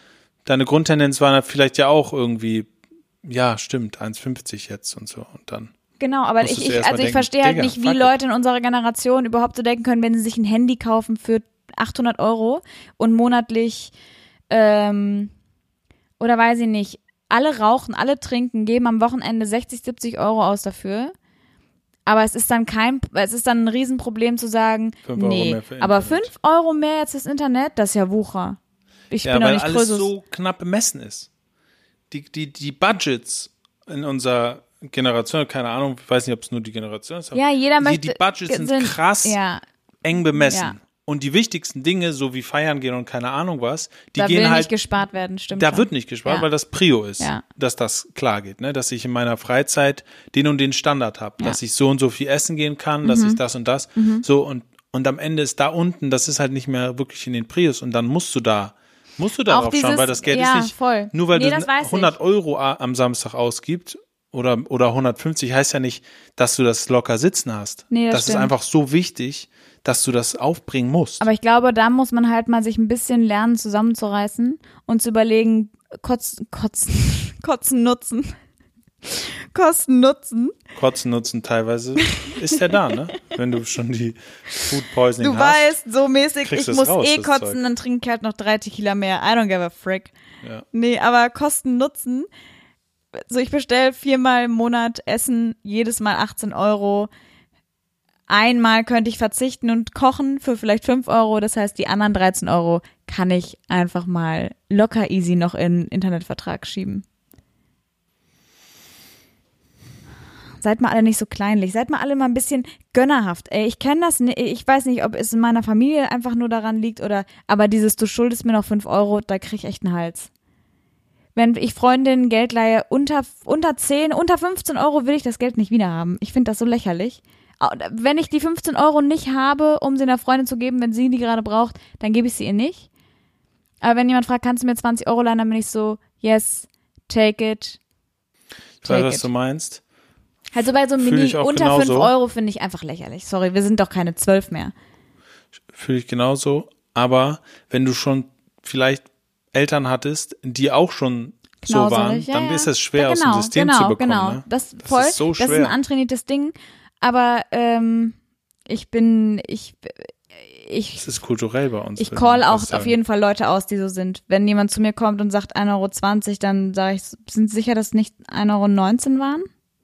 deine Grundtendenz war vielleicht ja auch irgendwie, ja, stimmt, eins fünfzig jetzt und so und dann. Genau, aber ich, ich also ich denken, verstehe halt nicht, wie Leute in unserer Generation überhaupt so denken können, wenn sie sich ein Handy kaufen für achthundert Euro und monatlich, ähm, oder weiß ich nicht, alle rauchen, alle trinken, geben am Wochenende sechzig, siebzig Euro aus dafür. Aber es ist dann kein, es ist dann ein Riesenproblem zu sagen, nee, aber fünf Euro mehr jetzt fürs Internet, das ist ja Wucher. Ich ja, bin doch weil nicht alles Krösus. so knapp bemessen ist. Die, die, die Budgets in unserer Generation, keine Ahnung, ich weiß nicht, ob es nur die Generation ist, aber ja, jeder die, möchte, die Budgets sind, sind krass ja, eng bemessen. Ja. Und die wichtigsten Dinge, so wie feiern gehen und keine Ahnung was, die da gehen will halt. nicht gespart werden, stimmt. Da schon. wird nicht gespart, ja. weil das Prio ist, ja. dass das klar geht, ne? Dass ich in meiner Freizeit den und den Standard habe, ja. dass ich so und so viel essen gehen kann, mhm. dass ich das und das, mhm. so und und am Ende ist da unten, das ist halt nicht mehr wirklich in den Prios und dann musst du da, musst du darauf dieses, schauen, weil das Geld ja, ist nicht, voll. nur weil nee, du hundert Euro am Samstag ausgibst oder oder hundertfünfzig, heißt ja nicht, dass du das locker sitzen hast. Nee, das das stimmt. ist einfach so wichtig, dass du das aufbringen musst. Aber ich glaube, da muss man halt mal sich ein bisschen lernen, zusammenzureißen und zu überlegen, kotzen, kotzen, kotzen, nutzen. Kosten, nutzen. Kotzen, nutzen teilweise ist der da, ne? Wenn du schon die Food Poisoning du hast. Du weißt, so mäßig, ich muss raus, eh kotzen, Zeug. Dann trinke ich halt noch drei Tequila mehr. I don't give a frick. Ja. Nee, aber Kosten, nutzen. So, ich bestelle viermal im Monat Essen, jedes Mal achtzehn Euro. Einmal könnte ich verzichten und kochen für vielleicht fünf Euro. Das heißt, die anderen dreizehn Euro kann ich einfach mal locker easy noch in Internetvertrag schieben. Seid mal alle nicht so kleinlich. Seid mal alle mal ein bisschen gönnerhaft. Ey, ich kenne das nicht. Ich weiß nicht, ob es in meiner Familie einfach nur daran liegt oder, aber dieses, du schuldest mir noch fünf Euro, da krieg ich echt einen Hals. Wenn ich Freundinnen Geld leihe, unter, unter zehn, unter fünfzehn Euro will ich das Geld nicht wieder haben. Ich finde das so lächerlich. Wenn ich die fünfzehn Euro nicht habe, um sie einer Freundin zu geben, wenn sie die gerade braucht, dann gebe ich sie ihr nicht. Aber wenn jemand fragt, kannst du mir zwanzig Euro leihen, dann bin ich so, yes, take it. Ich weiß, was du meinst. Also bei so einem Mini unter fünf Euro finde ich einfach lächerlich. Sorry, wir sind doch keine zwölf mehr. Fühle ich genauso. Aber wenn du schon vielleicht Eltern hattest, die auch schon so waren, ja, dann ja. ist es schwer, ja, genau, aus dem System genau, zu bekommen. Genau, ne? das, voll, das ist so schwer. Das ist ein antrainiertes Ding. Aber ähm, ich bin, ich, ich. Das ist kulturell bei uns. Ich call auch auf jeden Fall Leute aus, die so sind. Wenn jemand zu mir kommt und sagt ein Euro zwanzig, dann sage ich, sind Sie sicher, dass es nicht ein Euro neunzehn waren?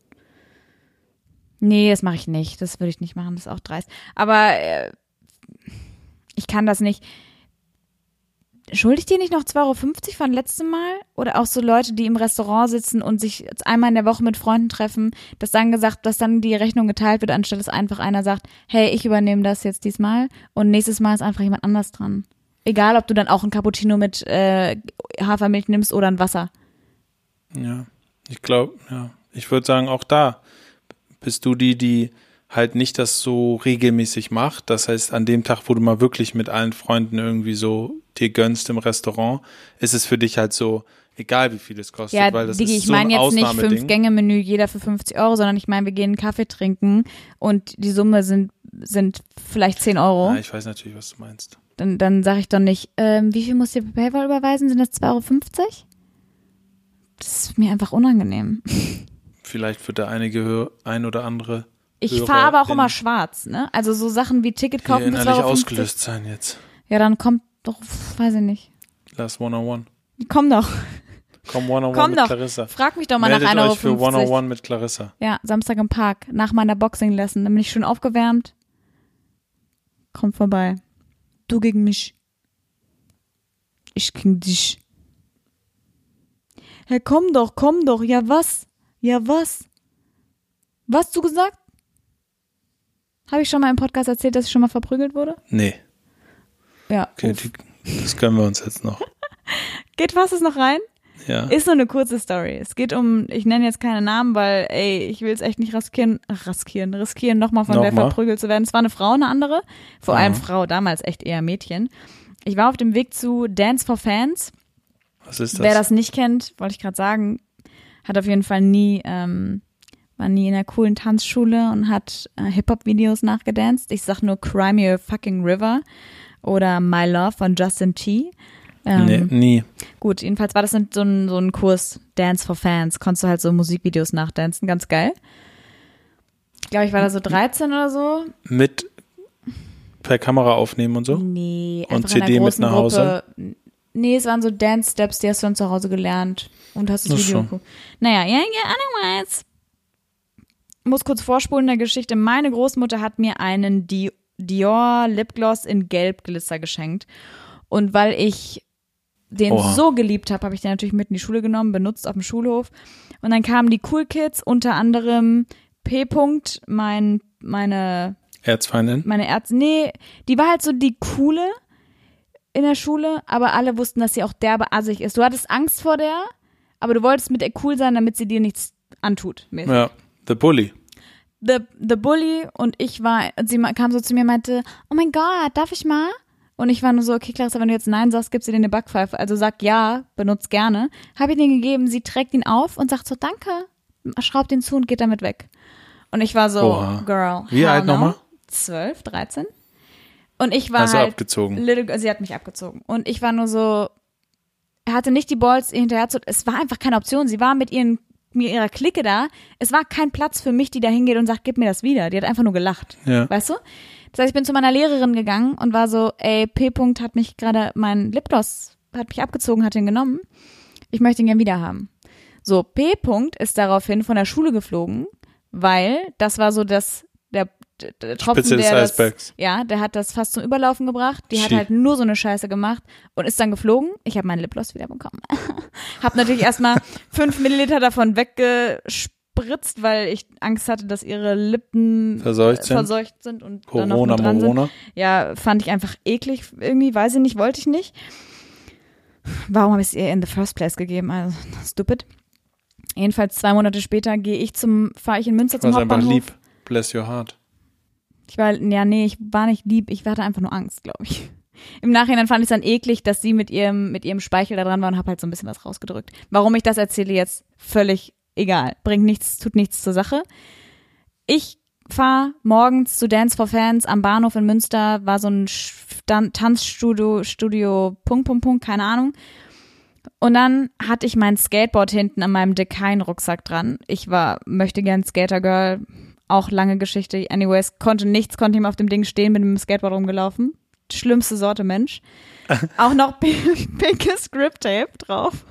Nee, das mache ich nicht. Das würde ich nicht machen, das ist auch dreist. Aber äh, ich kann das nicht. Schulde ich dir nicht noch zwei Euro fünfzig von letztem Mal? Oder auch so Leute, die im Restaurant sitzen und sich einmal in der Woche mit Freunden treffen, dass dann gesagt, dass dann die Rechnung geteilt wird, anstatt dass einfach einer sagt, hey, ich übernehme das jetzt diesmal und nächstes Mal ist einfach jemand anders dran. Egal, ob du dann auch ein Cappuccino mit äh, Hafermilch nimmst oder ein Wasser. Ja, ich glaube, ja. Ich würde sagen, auch da bist du die, die halt nicht das so regelmäßig macht. Das heißt, an dem Tag, wo du mal wirklich mit allen Freunden irgendwie so dir gönnst im Restaurant, ist es für dich halt so, egal wie viel es kostet, ja, weil das Digi, ist so ein Ausnahmeding. Ich meine jetzt nicht Fünf-Gänge-Menü, jeder für fünfzig Euro, sondern ich meine, wir gehen einen Kaffee trinken und die Summe sind, sind vielleicht zehn Euro. Ja, ich weiß natürlich, was du meinst. Dann, dann sage ich doch nicht, ähm, wie viel musst du per PayPal überweisen? Sind das zwei Euro fünfzig? Das ist mir einfach unangenehm. Vielleicht wird der einige ein oder andere Ich fahre aber auch immer schwarz, ne? Also so Sachen wie Ticket kaufen für zwei Euro fünfzig. Ausgelöst sein jetzt. Ja, dann kommt doch, weiß ich nicht. Lass one-on-one. Komm doch. Komm one-on-one Komm mit doch. Clarissa. Frag mich doch mal Meldet nach ein Euro fünfzig. Euch für one-on-one mit Clarissa. Ja, Samstag im Park, nach meiner Boxing-Lesson. Dann bin ich schön aufgewärmt. Kommt vorbei. Du gegen mich. Ich gegen dich. Hey, komm doch, komm doch. Ja, was? Ja, was? Was hast du gesagt? Habe ich schon mal im Podcast erzählt, dass ich schon mal verprügelt wurde? Nee. Ja. Okay, die, das können wir uns jetzt noch. Geht fast es noch rein? Ja. Ist so eine kurze Story. Es geht um, ich nenne jetzt keine Namen, weil, ey, ich will es echt nicht riskieren, riskieren, riskieren, nochmal von Nochmal? der verprügelt zu werden. Es war eine Frau, eine andere. Vor Aha. allem Frau, damals echt eher Mädchen. Ich war auf dem Weg zu Dance for Fans. Was ist das? Wer das nicht kennt, wollte ich gerade sagen, hat auf jeden Fall nie, ähm, war nie in einer coolen Tanzschule und hat äh, Hip-Hop-Videos nachgedanced. Ich sag nur Cry Me a Fucking River oder My Love von Justin T. Ähm, nee, nie. Gut, jedenfalls war das so ein, so ein Kurs Dance for Fans. Konntest du halt so Musikvideos nachdancen, ganz geil. Ich glaube, ich war da so dreizehn oder so. Mit per Kamera aufnehmen und so? Nee, einfach und C D in einer mit großen nach Hause? Gruppe. Nee, es waren so Dance-Steps, die hast du dann zu Hause gelernt und hast das Ach Video so. geguckt. Naja, ja, ja, anyways. Muss kurz vorspulen in der Geschichte. Meine Großmutter hat mir einen Di- Dior Lipgloss in Gelbglitzer geschenkt. Und weil ich den Oha. so geliebt habe, habe ich den natürlich mit in die Schule genommen, benutzt auf dem Schulhof. Und dann kamen die Cool Kids, unter anderem P. -Punkt, mein, meine, Erzfeindin? meine Ärztin. Nee, die war halt so die Coole in der Schule, aber alle wussten, dass sie auch derbe assig ist. Du hattest Angst vor der, aber du wolltest mit ihr cool sein, damit sie dir nichts antut. Mäßig. Ja, The Bully. The, the Bully und ich war, und sie kam so zu mir und meinte, oh mein Gott, darf ich mal? Und ich war nur so, okay, Clarissa, wenn du jetzt Nein sagst, gibst du dir eine Backpfeife. Also sag ja, benutzt gerne. Habe ich den gegeben, sie trägt ihn auf und sagt so, danke, schraubt ihn zu und geht damit weg. Und ich war so, Oha. Girl, Wie hell alt no. nochmal? zwölf, dreizehn. Und ich war Also halt abgezogen. Little, sie hat mich abgezogen. Und ich war nur so, er hatte nicht die Balls, ihr hinterher zu, es war einfach keine Option. Sie war mit ihren, mit ihrer Clique da. Es war kein Platz für mich, die da hingeht und sagt, gib mir das wieder. Die hat einfach nur gelacht. Ja. Weißt du? Das heißt, ich bin zu meiner Lehrerin gegangen und war so, ey, P. -Punkt hat mich gerade, mein Lipgloss hat mich abgezogen, hat ihn genommen. Ich möchte ihn gern wieder haben. So, P. -Punkt ist daraufhin von der Schule geflogen, weil das war so das, der, der Tropfen, Spitze des der das, Eisbergs. ja, der hat das fast zum Überlaufen gebracht. Die hat Shit. halt nur so eine Scheiße gemacht und ist dann geflogen. Ich habe meinen Lipgloss wieder bekommen. Hab natürlich erstmal fünf Milliliter davon weggespritzt, weil ich Angst hatte, dass ihre Lippen Verseucht sind. verseucht sind und dann noch Corona, mit dran Morona. sind. Ja, fand ich einfach eklig irgendwie, weiß ich nicht, wollte ich nicht. Warum habe ich es ihr in the first place gegeben? Also, stupid. Jedenfalls zwei Monate später gehe ich zum, fahre ich in Münster zum War einfach Hauptbahnhof. lieb. Bless your heart. Ich war, ja, nee, ich war nicht lieb, ich hatte einfach nur Angst, glaube ich. Im Nachhinein fand ich es dann eklig, dass sie mit ihrem, mit ihrem Speichel da dran war und habe halt so ein bisschen was rausgedrückt. Warum ich das erzähle jetzt, völlig egal. Bringt nichts, tut nichts zur Sache. Ich fahre morgens zu Dance for Fans am Bahnhof in Münster, war so ein Stan- Tanzstudio, Studio, Punkt, Punkt, Punkt, keine Ahnung. Und dann hatte ich mein Skateboard hinten an meinem Dekain-Rucksack dran. Ich war, möchte gern Skater-Girl, auch lange Geschichte. Anyways, konnte nichts, konnte ihm auf dem Ding stehen, bin mit dem Skateboard rumgelaufen. Schlimmste Sorte Mensch. Auch noch pinkes Grip-Tape drauf.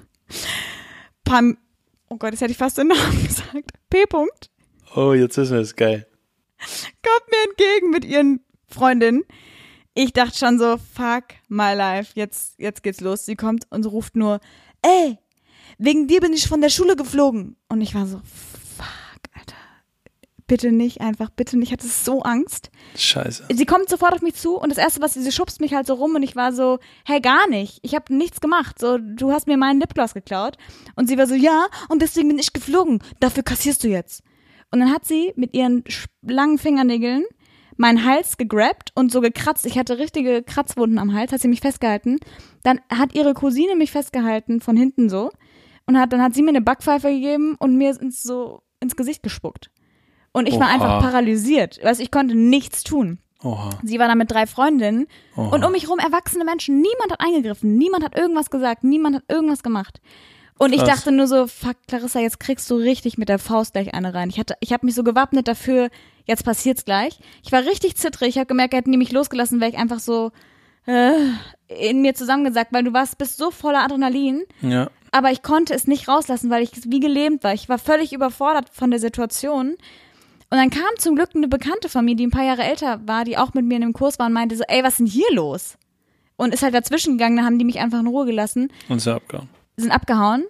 Pam, oh Gott, jetzt hätte ich fast den Namen gesagt. P. -Punkt. Oh, jetzt ist es geil. Kommt mir entgegen mit ihren Freundinnen. Ich dachte schon so, fuck my life, jetzt, jetzt geht's los. Sie kommt und ruft nur, ey, wegen dir bin ich von der Schule geflogen. Und ich war so, fuck, Alter, bitte nicht, einfach bitte nicht. Ich hatte so Angst. Scheiße. Sie kommt sofort auf mich zu und das Erste, was sie, sie schubst mich halt so rum und ich war so, hey, gar nicht. Ich habe nichts gemacht. So, du hast mir meinen Lipgloss geklaut. Und sie war so, ja, und deswegen bin ich geflogen. Dafür kassierst du jetzt. Und dann hat sie mit ihren langen Fingernägeln meinen Hals gegrabt und so gekratzt. Ich hatte richtige Kratzwunden am Hals, hat sie mich festgehalten. Dann hat ihre Cousine mich festgehalten, von hinten so. Und hat, dann hat sie mir eine Backpfeife gegeben und mir ins, so ins Gesicht gespuckt. Und ich war Oha. einfach paralysiert. Also ich konnte nichts tun. Oha. Sie war da mit drei Freundinnen. Oha. Und um mich rum erwachsene Menschen. Niemand hat eingegriffen. Niemand hat irgendwas gesagt. Niemand hat irgendwas gemacht. Und ich Krass. dachte nur so, fuck, Clarissa, jetzt kriegst du richtig mit der Faust gleich eine rein. Ich hatte, ich habe mich so gewappnet dafür, jetzt passiert's gleich. Ich war richtig zittrig. Ich habe gemerkt, hätten die mich losgelassen, wäre ich einfach so äh, in mir zusammengesackt, weil du warst, bist so voller Adrenalin. Ja. Aber ich konnte es nicht rauslassen, weil ich wie gelähmt war. Ich war völlig überfordert von der Situation. Und dann kam zum Glück eine Bekannte von mir, die ein paar Jahre älter war, die auch mit mir in dem Kurs war und meinte so, ey, was ist denn hier los? Und ist halt dazwischen gegangen, da haben die mich einfach in Ruhe gelassen. Und ist abgehauen. Sind abgehauen.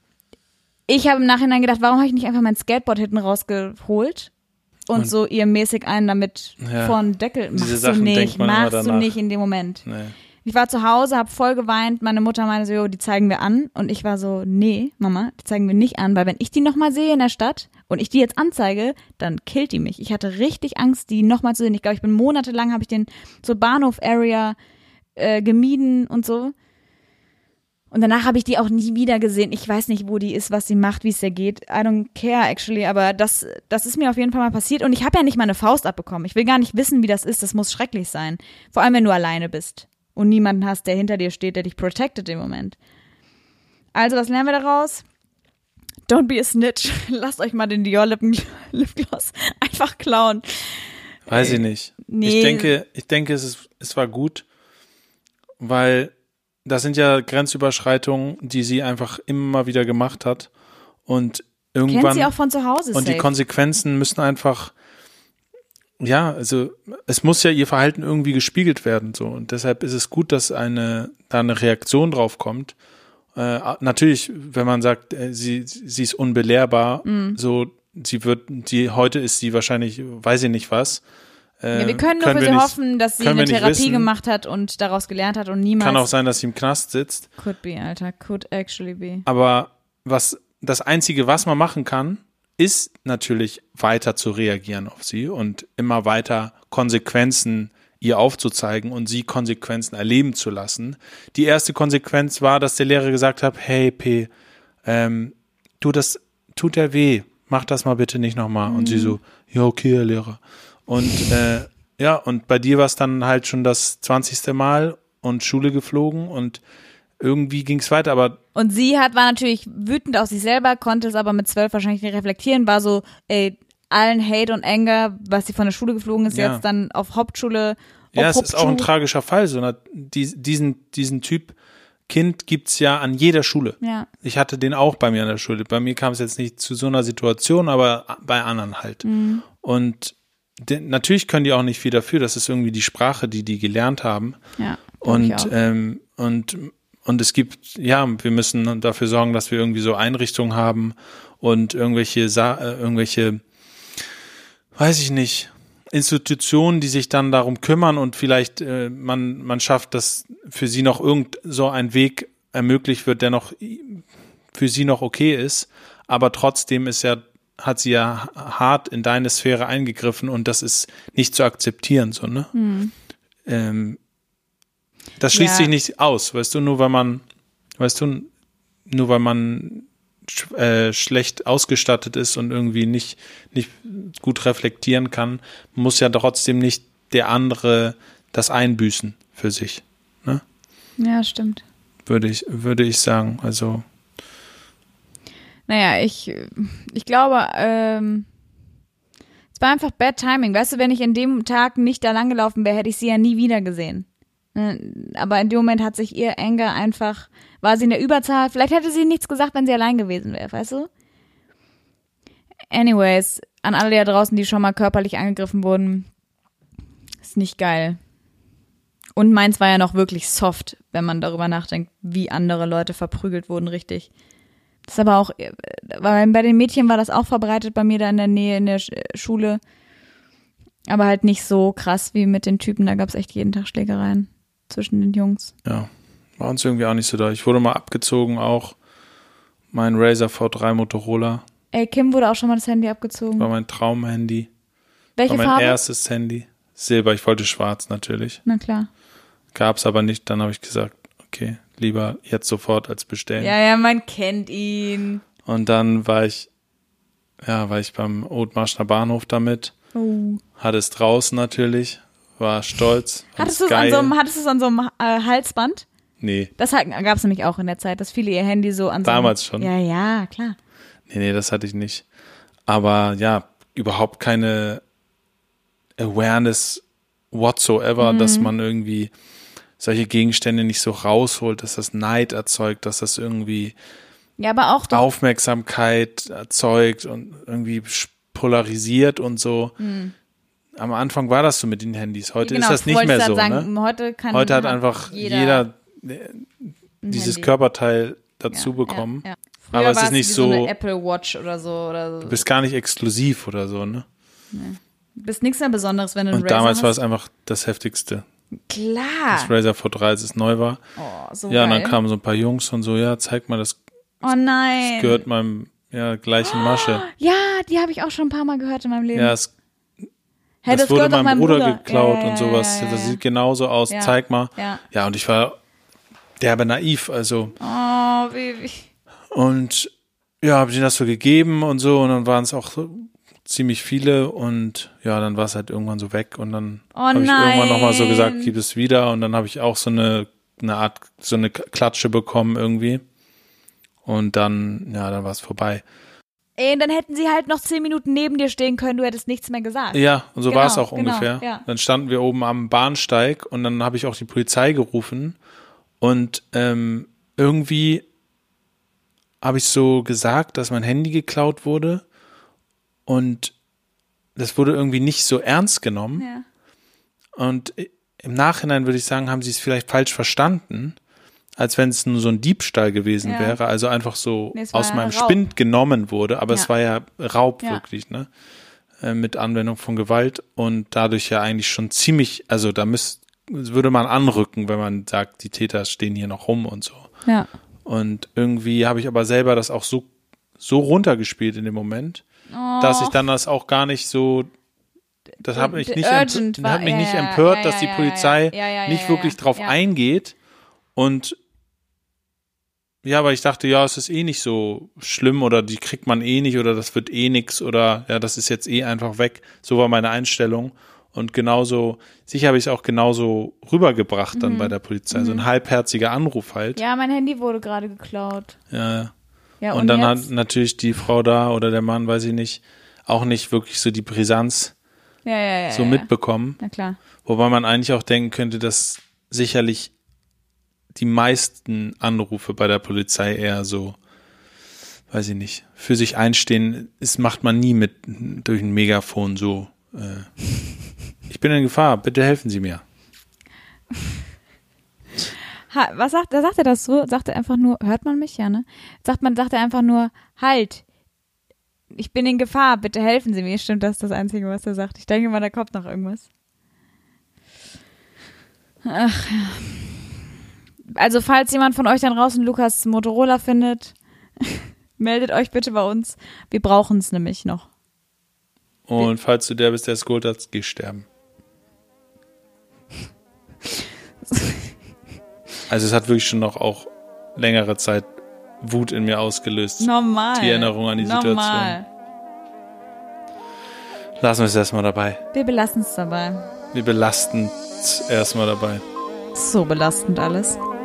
Ich habe im Nachhinein gedacht, warum habe ich nicht einfach mein Skateboard hinten rausgeholt und, Und- so ihr mäßig einen damit Ja. vor den Deckel. Diese Machst du Sachen denkt nicht, man immer machst du danach. nicht in dem Moment. Nee. Ich war zu Hause, habe voll geweint. Meine Mutter meinte so, jo, die zeigen wir an. Und ich war so, nee, Mama, die zeigen wir nicht an, weil wenn ich die nochmal sehe in der Stadt und ich die jetzt anzeige, dann killt die mich. Ich hatte richtig Angst, die nochmal zu sehen. Ich glaube, ich bin monatelang, habe ich den zur Bahnhof-Area äh, gemieden und so. Und danach habe ich die auch nie wieder gesehen. Ich weiß nicht, wo die ist, was sie macht, wie es ihr geht. I don't care actually, aber das, das ist mir auf jeden Fall mal passiert. Und ich habe ja nicht mal eine Faust abbekommen. Ich will gar nicht wissen, wie das ist. Das muss schrecklich sein. Vor allem, wenn du alleine bist. und niemanden hast, der hinter dir steht, der dich protected im Moment. Also, was lernen wir daraus? Don't be a snitch. Lasst euch mal den Dior Lipgloss einfach klauen. Weiß ich nicht. Nee. Ich denke, ich denke, es ist, es war gut, weil das sind ja Grenzüberschreitungen, die sie einfach immer wieder gemacht hat und irgendwann. Kennt sie auch von zu Hause. Und safe. die Konsequenzen müssen einfach, ja, also es muss ja ihr Verhalten irgendwie gespiegelt werden, so, und deshalb ist es gut, dass eine da eine Reaktion drauf kommt. Äh, natürlich, wenn man sagt, äh, sie sie ist unbelehrbar, mm. so, sie wird, die heute ist sie wahrscheinlich, weiß ich nicht was. Äh, Ja, wir können nur können für wir sie nicht, hoffen, dass sie können eine wir nicht Therapie wissen. gemacht hat und daraus gelernt hat und niemals. Kann auch sein, dass sie im Knast sitzt. Could be, Alter. Could actually be. Aber was das Einzige, was man machen kann, ist natürlich weiter zu reagieren auf sie und immer weiter Konsequenzen ihr aufzuzeigen und sie Konsequenzen erleben zu lassen. Die erste Konsequenz war, dass der Lehrer gesagt hat, hey P, ähm, du, das tut ja weh, mach das mal bitte nicht nochmal. Mhm. Und sie so, ja okay, Herr Lehrer. Und äh, ja, und bei dir war es dann halt schon das zwanzigste Mal und Schule geflogen und irgendwie ging es weiter, aber und sie hat, war natürlich wütend auf sich selber, konnte es aber mit zwölf wahrscheinlich nicht reflektieren, war so, ey, allen Hate und Anger, was sie von der Schule geflogen ist, ja. jetzt dann auf Hauptschule. Ja, auf es ist auch ein Hauptschule. tragischer Fall. So, die, diesen, diesen Typ Kind gibt's ja an jeder Schule. Ja. Ich hatte den auch bei mir an der Schule. Bei mir kam es jetzt nicht zu so einer Situation, aber bei anderen halt. Mhm. Und de, natürlich können die auch nicht viel dafür. Das ist irgendwie die Sprache, die die gelernt haben. Ja. Und, ähm, und, und es gibt, ja, wir müssen dafür sorgen, dass wir irgendwie so Einrichtungen haben und irgendwelche, Sa- äh, irgendwelche, weiß ich nicht, Institutionen, die sich dann darum kümmern und vielleicht äh, man man schafft, dass für sie noch irgend so ein Weg ermöglicht wird, der noch für sie noch okay ist, aber trotzdem ist ja hat sie ja hart in deine Sphäre eingegriffen und das ist nicht zu akzeptieren, so, ne? Hm. Ähm, das schließt Ja. sich nicht aus, weißt du, nur weil man, weißt du, nur weil man Äh, schlecht ausgestattet ist und irgendwie nicht, nicht gut reflektieren kann, muss ja trotzdem nicht der andere das einbüßen für sich. Ne? Ja, stimmt. Würde ich, würde ich sagen. Also. Naja, ich, ich glaube, ähm, es war einfach bad timing. Weißt du, wenn ich in dem Tag nicht da langgelaufen wäre, hätte ich sie ja nie wieder gesehen. Aber in dem Moment hat sich ihr Anger einfach, war sie in der Überzahl. Vielleicht hätte sie nichts gesagt, wenn sie allein gewesen wäre, weißt du? Anyways, an alle da draußen, die schon mal körperlich angegriffen wurden, ist nicht geil. Und meins war ja noch wirklich soft, wenn man darüber nachdenkt, wie andere Leute verprügelt wurden, richtig. Das ist aber auch, weil bei den Mädchen war das auch verbreitet bei mir da in der Nähe in der Schule. Aber halt nicht so krass wie mit den Typen, da gab es echt jeden Tag Schlägereien zwischen den Jungs. Ja, war uns irgendwie auch nicht so da. Ich wurde mal abgezogen auch. Mein Razer V drei Motorola. Ey, Kim wurde auch schon mal das Handy abgezogen. War mein Traumhandy. Welche war mein Farbe? erstes Handy. Silber, ich wollte schwarz natürlich. Na klar. Gab's aber nicht, dann habe ich gesagt, okay, lieber jetzt sofort als bestellen. Ja, ja, man kennt ihn. Und dann war ich, ja, war ich beim Othmarschner Bahnhof damit. Oh. Hatte es draußen natürlich, war stolz. Hattest du es an so einem, hattest du es an so einem äh, Halsband? Nee. Das gab es nämlich auch in der Zeit, dass viele ihr Handy so an so einem, Damals schon. Ja, ja, klar. Nee, nee, das hatte ich nicht. Aber ja, überhaupt keine Awareness whatsoever, Mhm. dass man irgendwie solche Gegenstände nicht so rausholt, dass das Neid erzeugt, dass das irgendwie Ja, aber auch doch, Aufmerksamkeit erzeugt und irgendwie polarisiert und so. Mhm. Am Anfang war das so mit den Handys. Heute genau, ist das nicht wollte mehr ich so. grad sagen, Ne? Heute, kann, Heute hat hat einfach jeder, jeder, äh, dieses Handy. Körperteil dazu ja, bekommen. Ja, ja. Früher Aber es war ist nicht wie so, so eine Apple Watch oder so. Oder so. du bist gar nicht exklusiv oder so, ne? Du bist nichts mehr Besonderes, wenn du einen Und Razer damals hast. war es einfach das Heftigste. Klar. Das Razer V drei, als es neu war. Oh, so Ja, und geil. dann kamen so ein paar Jungs und so, ja, zeig mal, das Oh nein. gehört meinem, ja, gleichen Masche. Ja, die habe ich auch schon ein paar Mal gehört in meinem Leben. Ja, es, hey, das, wurde gehört doch meinem Bruder, Bruder geklaut ja, ja, und sowas. Ja, ja, ja. Das sieht genauso aus, Ja. zeig mal. Ja. Ja, und ich war derbe naiv, also. Oh, Baby. Und ja, habe ich ihnen das so gegeben und so und dann waren es auch so ziemlich viele und ja, dann war es halt irgendwann so weg und dann Oh habe ich nein. irgendwann nochmal so gesagt, gib es wieder und dann habe ich auch so eine, eine Art, so eine Klatsche bekommen irgendwie und dann, ja, dann war es vorbei. Ey, und dann hätten sie halt noch zehn Minuten neben dir stehen können, du hättest nichts mehr gesagt. Ja, und so Genau, war es auch genau, ungefähr. ja. Dann standen wir oben am Bahnsteig und dann habe ich auch die Polizei gerufen und ähm, irgendwie habe ich so gesagt, dass mein Handy geklaut wurde und das wurde irgendwie nicht so ernst genommen. Ja. Und im Nachhinein würde ich sagen, haben sie es vielleicht falsch verstanden, als wenn es nur so ein Diebstahl gewesen Ja. wäre, also einfach so Nee, es war aus ja meinem Raub. Spind genommen wurde, aber Ja. es war ja Raub Ja. wirklich, ne? Äh, mit Anwendung von Gewalt und dadurch ja eigentlich schon ziemlich, also da müsste, würde man anrücken, wenn man sagt, die Täter stehen hier noch rum und so. Ja. Und irgendwie habe ich aber selber das auch so, so runtergespielt in dem Moment, Oh. dass ich dann das auch gar nicht so, das hat mich D- nicht, urgent empört, war- hat mich ja, nicht ja, empört, ja, dass ja, die ja, Polizei ja, ja, ja, nicht ja, wirklich ja. drauf Ja. eingeht und ja, weil ich dachte, ja, es ist eh nicht so schlimm oder die kriegt man eh nicht oder das wird eh nix oder ja, das ist jetzt eh einfach weg. So war meine Einstellung und genauso, sicher habe ich es auch genauso rübergebracht dann Mhm. bei der Polizei. So ein halbherziger Anruf halt. Ja, mein Handy wurde gerade geklaut. Ja. Ja, und, und, dann jetzt? hat natürlich die Frau da oder der Mann, weiß ich nicht, auch nicht wirklich so die Brisanz ja, ja, ja, so ja. mitbekommen. Na klar. Wobei man eigentlich auch denken könnte, dass sicherlich die meisten Anrufe bei der Polizei eher so, weiß ich nicht, für sich einstehen, ist, macht man nie mit durch ein Megafon so. Äh, ich bin in Gefahr, bitte helfen Sie mir. Ha, was sagt, da sagt er das so? Sagt er einfach nur, hört man mich? Ja, ne? Sagt man, sagt er einfach nur, halt, ich bin in Gefahr, bitte helfen Sie mir. Stimmt, das ist das Einzige, was er sagt. Ich denke mal, da kommt noch irgendwas. Ach ja. Also, falls jemand von euch dann draußen Lukas Motorola findet, meldet euch bitte bei uns. Wir brauchen es nämlich noch. Und falls du der bist, der es geholt hat, geh sterben. Also es hat wirklich schon noch auch längere Zeit Wut in mir ausgelöst. Normal. Die Erinnerung an die Situation. Normal. Lassen wir es erstmal dabei. Wir belassen es dabei. Wir belasten es erstmal dabei. So belastend alles.